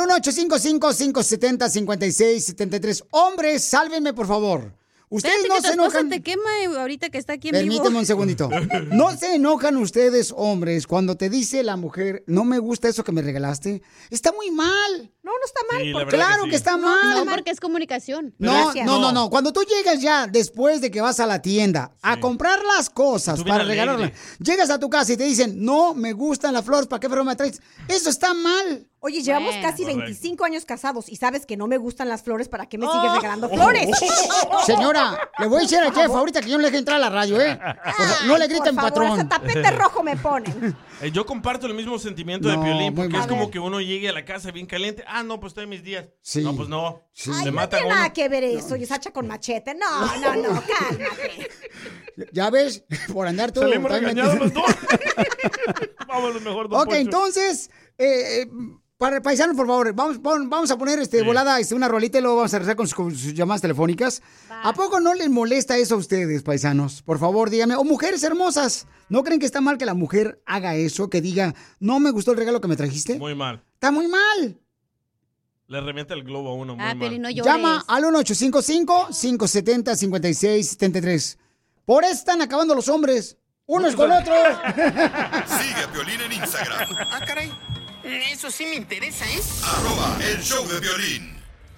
Speaker 4: 1-855-570-5673. Hombres, sálvenme, por favor. Ustedes
Speaker 6: Espérate
Speaker 4: no
Speaker 6: que
Speaker 4: se
Speaker 6: tu esposa
Speaker 4: enojan.
Speaker 6: te quema ahorita que está aquí en vivo.
Speaker 4: Permíteme un segundito. ¿No se enojan ustedes, hombres, cuando te dice la mujer, no me gusta eso que me regalaste? Está muy mal.
Speaker 14: No está mal.
Speaker 5: Sí, la verdad
Speaker 4: Claro
Speaker 5: que
Speaker 4: que
Speaker 5: sí.
Speaker 4: está mal.
Speaker 6: No, porque es comunicación.
Speaker 4: No,
Speaker 14: Gracias.
Speaker 4: no. Cuando tú llegas ya, después de que vas a la tienda, a comprar las cosas
Speaker 5: Tú bien
Speaker 4: para regalarlas,
Speaker 5: alegre.
Speaker 4: llegas a tu casa y te dicen, no me gustan las flores, ¿para qué flores me traes? Eso está mal.
Speaker 14: Oye, llevamos
Speaker 6: Bueno.
Speaker 14: casi
Speaker 5: Correcto.
Speaker 14: 25 años casados y sabes que no me gustan las flores, ¿para qué me sigues regalando flores?
Speaker 4: Señora, le voy a decir al jefe ahorita que yo no le deje entrar a la radio, ¿eh? Por favor, no le griten,
Speaker 14: Por favor,
Speaker 4: patrón.
Speaker 14: ese tapete rojo me ponen.
Speaker 5: Yo comparto el mismo sentimiento de
Speaker 4: No,
Speaker 5: Piolín,
Speaker 4: muy
Speaker 5: porque
Speaker 4: mal.
Speaker 5: es como que uno llegue a la casa bien caliente. Ah, no, pues estoy en mis días.
Speaker 4: Sí.
Speaker 5: No, pues no.
Speaker 4: Sí.
Speaker 14: Ay,
Speaker 5: Le
Speaker 14: no
Speaker 5: matan
Speaker 14: tiene
Speaker 5: a
Speaker 14: nada
Speaker 5: uno.
Speaker 14: que ver eso, y Sacha con machete. No, cálmate.
Speaker 4: ¿Ya ves? Por andar todo.
Speaker 5: Salimos
Speaker 4: también
Speaker 5: regañados los
Speaker 4: metido.
Speaker 5: dos. Vámonos mejor, don
Speaker 4: Ok,
Speaker 5: Poncho.
Speaker 4: entonces, para paisanos, por favor, vamos a poner volada una rolita y luego vamos a regresar con sus llamadas telefónicas. ¿A poco no les molesta eso a ustedes, paisanos? Por favor, díganme. O mujeres hermosas, ¿no creen que está mal que la mujer haga eso? Que diga, no me gustó el regalo que me trajiste.
Speaker 5: Muy mal.
Speaker 4: Está muy mal.
Speaker 5: Le revienta el globo a uno, muy
Speaker 6: Ah,
Speaker 5: mal.
Speaker 6: Piolín, no llores.
Speaker 4: Llama al 1-855-570-5673. Por eso están acabando los hombres. Unos con otros.
Speaker 3: Sigue a Piolín en Instagram.
Speaker 7: Ah, caray. Eso sí me interesa, ¿eh?
Speaker 3: @el show de Piolín.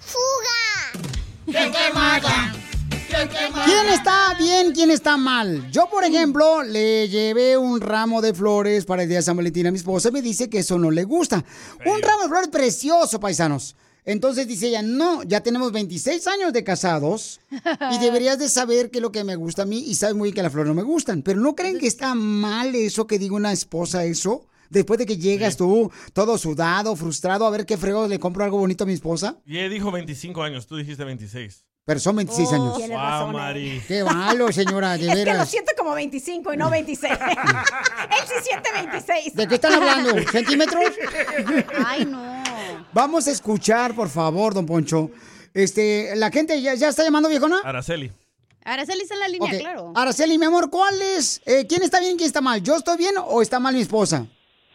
Speaker 4: ¿Quién está bien, quién está mal? Yo, por ejemplo, le llevé un ramo de flores para el día de San Valentín a mi esposa y me dice que eso no le gusta. Un ramo de flores precioso, paisanos. Entonces dice ella, no, ya tenemos 26 años de casados y deberías de saber qué es lo que me gusta a mí y sabes muy bien que las flores no me gustan. Pero ¿no creen que está mal eso que diga una esposa eso? Después de que llegas tú, todo sudado, frustrado, a ver qué fregos le compro algo bonito a mi esposa.
Speaker 5: Y ella dijo 25 años, tú dijiste 26.
Speaker 4: Pero son 26 años.
Speaker 14: Tienes
Speaker 5: Wow,
Speaker 14: razón,
Speaker 5: Mari.
Speaker 4: Qué malo, señora, de
Speaker 14: Es que lo
Speaker 4: veras.
Speaker 14: siento como 25 y no 26. Él sí siente 26.
Speaker 4: ¿De qué están hablando? ¿Centímetros?
Speaker 6: Ay, no.
Speaker 4: Vamos a escuchar, por favor, don Poncho. La gente ya está llamando, viejona.
Speaker 5: Araceli.
Speaker 6: Araceli está en la línea,
Speaker 4: Ok.
Speaker 6: claro.
Speaker 4: Araceli, mi amor, ¿cuál es? ¿Quién está bien y quién está mal? ¿Yo estoy bien o está mal mi esposa?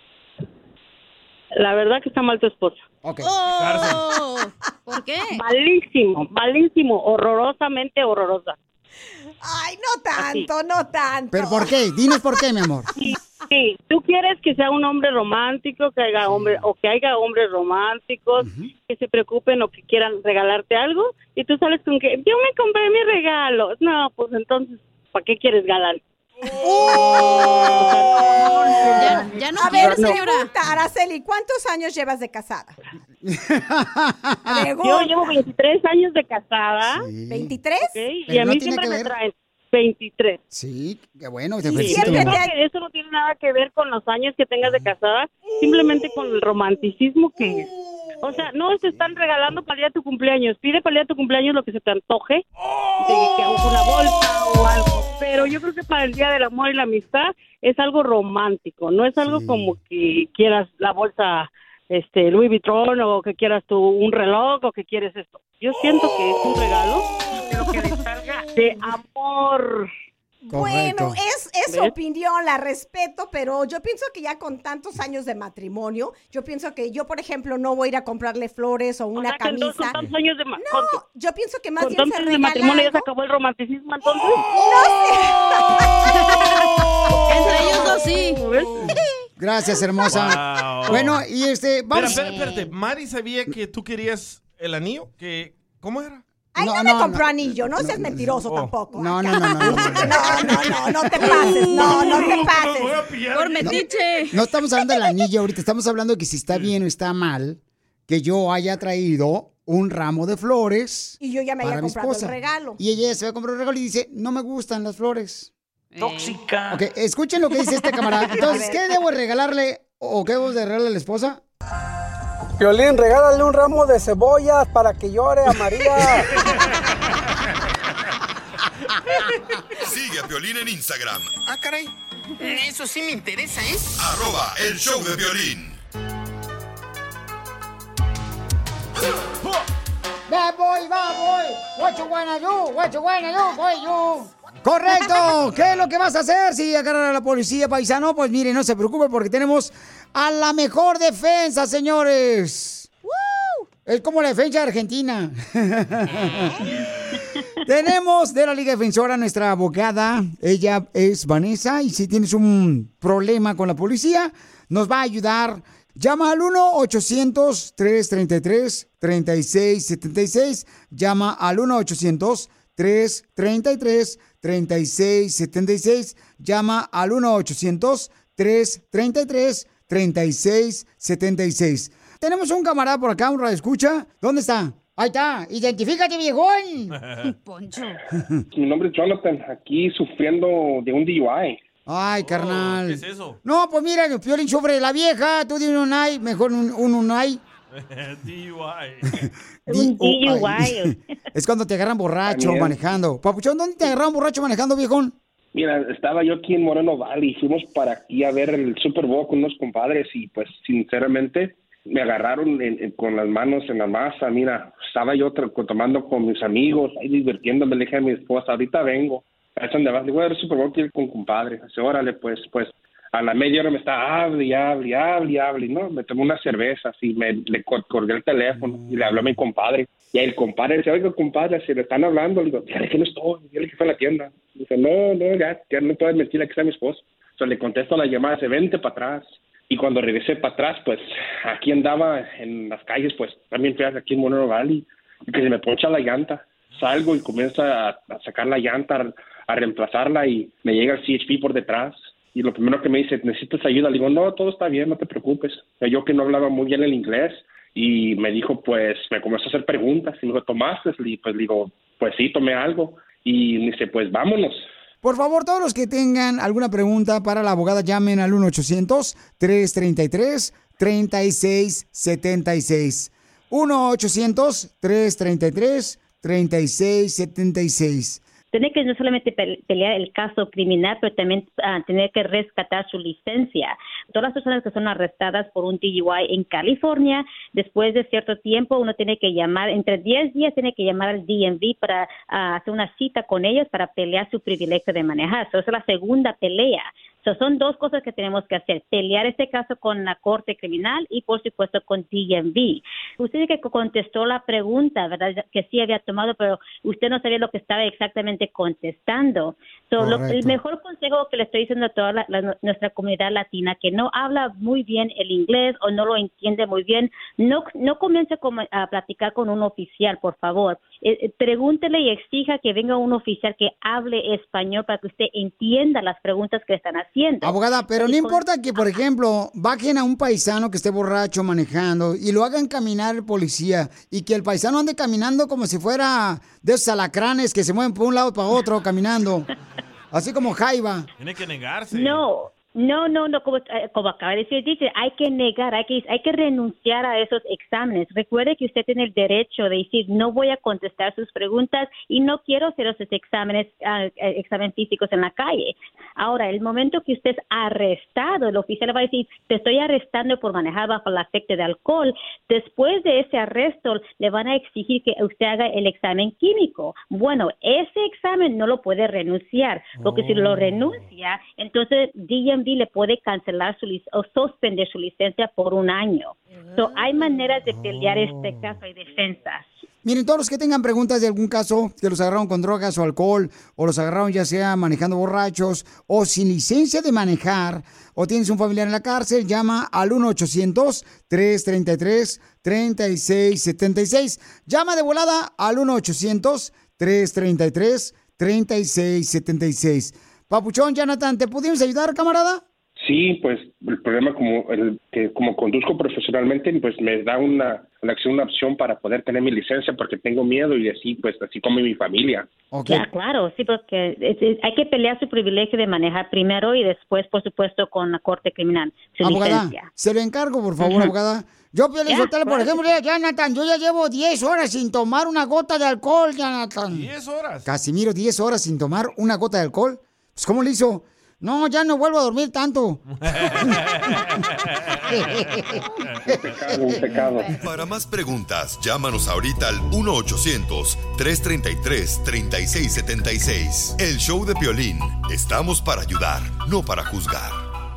Speaker 19: La verdad que está mal tu esposa.
Speaker 4: Ok.
Speaker 6: Oh, ¿por qué?
Speaker 19: Malísimo, horrorosamente horrorosa.
Speaker 14: Ay, no tanto, no tanto.
Speaker 4: ¿Pero por qué? Dinos por qué, mi amor.
Speaker 19: Sí, tú quieres que sea un hombre romántico, que haya hombres románticos, que se preocupen o que quieran regalarte algo, y tú sales con que yo me compré mi regalo. No, pues entonces, ¿para qué quieres galán?
Speaker 6: Ya no
Speaker 14: A ver,
Speaker 6: quiero, señora.
Speaker 14: pregunta, Araceli, ¿cuántos años llevas de casada?
Speaker 19: Yo llevo 23 años de casada.
Speaker 4: Sí.
Speaker 14: ¿23?
Speaker 19: Okay, y
Speaker 4: Pero
Speaker 19: a
Speaker 4: no
Speaker 19: mí
Speaker 4: tiene
Speaker 19: siempre
Speaker 4: que
Speaker 19: me
Speaker 4: ver.
Speaker 19: traen 23.
Speaker 4: Sí, qué bueno, te
Speaker 19: Sí,
Speaker 4: felicito.
Speaker 19: yo creo que eso no tiene nada que ver con los años que tengas de casada, simplemente con el romanticismo que es. O sea, no te están regalando para el día de tu cumpleaños. Pide para el día de tu cumpleaños lo que se te antoje, de que una bolsa o algo. Pero yo creo que para el día del amor y la amistad es algo romántico. No es algo como que quieras la bolsa Louis Vuitton o que quieras tú un reloj o que quieres esto. Yo siento que es un regalo, pero que le salga de amor.
Speaker 14: Bueno, es su
Speaker 19: ¿Ves?
Speaker 14: opinión, la respeto, pero yo pienso que ya con tantos años de matrimonio, yo pienso que yo, por ejemplo, no voy a ir a comprarle flores o una
Speaker 19: sea, que entonces,
Speaker 14: camisa.
Speaker 19: con tantos años de
Speaker 14: No, yo pienso que más
Speaker 19: con
Speaker 14: bien se
Speaker 19: tantos de
Speaker 14: regala
Speaker 19: matrimonio ya se
Speaker 14: algo.
Speaker 19: acabó el romanticismo, entonces.
Speaker 6: Entre ellos dos sí.
Speaker 4: Gracias, hermosa.
Speaker 5: Wow.
Speaker 4: Bueno, y vamos.
Speaker 5: Espérate. Mari sabía que tú querías el anillo. ¿Cómo era?
Speaker 14: Ay, no me compró anillo, no seas mentiroso tampoco.
Speaker 4: No.
Speaker 14: No te pases, no te pases.
Speaker 6: Por metiche.
Speaker 4: No estamos hablando del anillo ahorita, estamos hablando de que si está bien o está mal que yo haya traído un ramo de flores.
Speaker 14: Y yo ya me
Speaker 4: para
Speaker 14: había
Speaker 4: mi
Speaker 14: comprado el
Speaker 4: esposa.
Speaker 14: regalo.
Speaker 4: Y ella se va a comprar un regalo y dice, no me gustan las flores.
Speaker 9: Tóxica.
Speaker 4: Ok, escuchen lo que dice este camarada. Entonces, ¿qué debo regalarle o qué debo de regalarle a la esposa?
Speaker 20: Piolín, regálale un ramo de cebollas para que llore a María.
Speaker 3: Sigue a Piolín en Instagram.
Speaker 7: Ah, caray. Eso sí me interesa, ¿eh?
Speaker 3: @ el show de Piolín.
Speaker 4: Bad boy. What you wanna do, boy, you. Correcto. ¿Qué es lo que vas a hacer si agarran a la policía, paisano? Pues mire, no se preocupe porque tenemos a la mejor defensa, señores. ¡Woo! Es como la defensa de Argentina. Tenemos de la Liga Defensora a nuestra abogada. Ella es Vanessa y si tienes un problema con la policía, nos va a ayudar. Llama al 1-800-333-3676. Llama al 1-800-333-3676. Llama al 1-800-333-3676. Tenemos un camarada por acá, un radioescucha. ¿Dónde está? Ahí está. Identifícate, viejón.
Speaker 6: Poncho.
Speaker 21: Mi nombre es Jonathan, aquí sufriendo de un DUI.
Speaker 4: Ay, carnal.
Speaker 5: ¿Qué es eso?
Speaker 4: No, pues mira, el Piolín sufre de la vieja. Tú dime un Unai, mejor un Unai.
Speaker 5: DUI.
Speaker 22: Un DUI.
Speaker 4: Es cuando te agarran borracho
Speaker 21: También.
Speaker 4: manejando. Papuchón, ¿dónde te agarraron borracho manejando, viejón?
Speaker 21: Mira, estaba yo aquí en Moreno Valley, fuimos para aquí a ver el Super Bowl con unos compadres y pues sinceramente me agarraron con las manos en la masa. Mira, estaba yo tomando con mis amigos, ahí divirtiéndome, le dije a mi esposa, ahorita vengo. A eso donde vas, le voy a ver el Super Bowl con compadre. Dice, órale, pues a la media hora me está hable, ¿no? Me tomé unas cervezas y le colgué el teléfono y le habló a mi compadre. Y el compadre dice, oiga, compadre, si le están hablando, le digo, dígale que no estoy, dígale que fue a la tienda. Dice, no, ya no puedes mentir, aquí está mi esposo. Entonces le contesto la llamada, dice, vente para atrás. Y cuando regresé para atrás, pues aquí andaba en las calles, pues también fui aquí en Moreno Valley, y que se me poncha la llanta. Salgo y comienzo a sacar la llanta, a reemplazarla y me llega el CHP por detrás. Y lo primero que me dice, ¿necesitas ayuda? Le digo, no, todo está bien, no te preocupes. Yo que no hablaba muy bien el inglés y me dijo, pues, me comenzó a hacer preguntas. Y me dijo, ¿tomaste? Y pues digo, pues sí, tomé algo. Y me dice, pues vámonos.
Speaker 4: Por favor, todos los que tengan alguna pregunta para la abogada, llamen al 1-800-333-3676. 1-800-333-3676.
Speaker 22: Tiene que no solamente pelear el caso criminal, pero también tener que rescatar su licencia. Todas las personas que son arrestadas por un DUI en California, después de cierto tiempo, uno tiene que llamar, entre 10 días tiene que llamar al DMV para hacer una cita con ellos para pelear su privilegio de manejar. Esa es la segunda pelea. Son dos cosas que tenemos que hacer, pelear este caso con la Corte Criminal y, por supuesto, con DMV. Usted que contestó la pregunta, ¿verdad? Que sí había tomado, pero usted no sabía lo que estaba exactamente contestando. El mejor consejo que le estoy diciendo a toda nuestra comunidad latina que no habla muy bien el inglés o no lo entiende muy bien, no comience a platicar con un oficial, por favor. Pregúntele y exija que venga un oficial que hable español para que usted entienda las preguntas que están haciendo. haciendo.
Speaker 4: Abogada, pero no importa que, por ejemplo, bajen a un paisano que esté borracho manejando y lo hagan caminar el policía y que el paisano ande caminando como si fuera de esos alacranes que se mueven por un lado para otro caminando, así como Jaiba.
Speaker 5: Tiene que negarse.
Speaker 22: No, como acaba de decir, dice, hay que negar, hay que renunciar a esos exámenes. Recuerde que usted tiene el derecho de decir, no voy a contestar sus preguntas y no quiero hacer esos exámenes físicos en la calle. Ahora, el momento que usted es arrestado, el oficial le va a decir, te estoy arrestando por manejar bajo el efecto de alcohol. Después de ese arresto, le van a exigir que usted haga el examen químico. Bueno, ese examen no lo puede renunciar, porque si lo renuncia, entonces DMV le puede cancelar o suspender su licencia por 1 año. So, hay maneras de pelear este caso y defensas.
Speaker 4: Miren, todos los que tengan preguntas de algún caso, que los agarraron con drogas o alcohol, o los agarraron ya sea manejando borrachos, o sin licencia de manejar, o tienes un familiar en la cárcel, llama al 1-800-333-3676. Llama de volada al 1-800-333-3676. Papuchón, Jonathan, ¿te pudimos ayudar, camarada?
Speaker 21: Sí, pues el problema como conduzco profesionalmente, pues me da una opción para poder tener mi licencia porque tengo miedo y así come mi familia.
Speaker 4: Okay.
Speaker 22: Ya, claro, sí, porque hay que pelear su privilegio de manejar primero y después, por supuesto, con la corte criminal. Su
Speaker 4: abogada,
Speaker 22: licencia.
Speaker 4: se lo encargo, por favor, abogada. Yo, por ejemplo, Jonathan, yo ya llevo 10 horas sin tomar una gota de alcohol, Jonathan.
Speaker 5: ¿10 horas?
Speaker 4: Casimiro, 10 horas sin tomar una gota de alcohol. Pues, ¿cómo le hizo? No, ya no vuelvo a dormir tanto.
Speaker 21: Un pecado.
Speaker 3: Para más preguntas, llámanos ahorita al 1-800-333-3676. El show de Piolín. Estamos para ayudar, no para juzgar.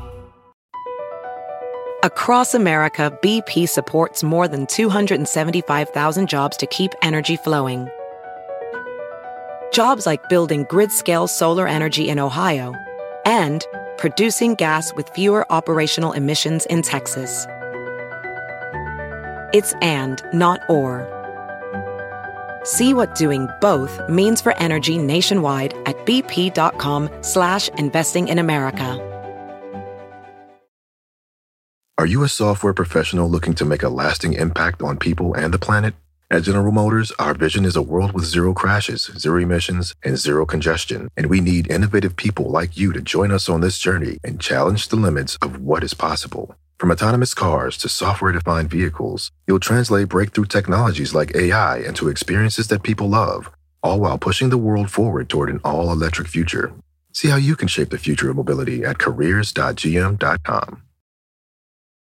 Speaker 8: Across America, BP supports more than 275,000 jobs to keep energy flowing. Jobs like building grid-scale solar energy in Ohio and producing gas with fewer operational emissions in Texas. It's and, not or. See what doing both means for energy nationwide at bp.com/investing in America.
Speaker 10: Are you a software professional looking to make a lasting impact on people and the planet? At General Motors, our vision is a world with zero crashes, zero emissions, and zero congestion. And we need innovative people like you to join us on this journey and challenge the limits of what is possible. From autonomous cars to software-defined vehicles, you'll translate breakthrough technologies like AI into experiences that people love, all while pushing the world forward toward an all-electric future. See how you can shape the future of mobility at careers.gm.com.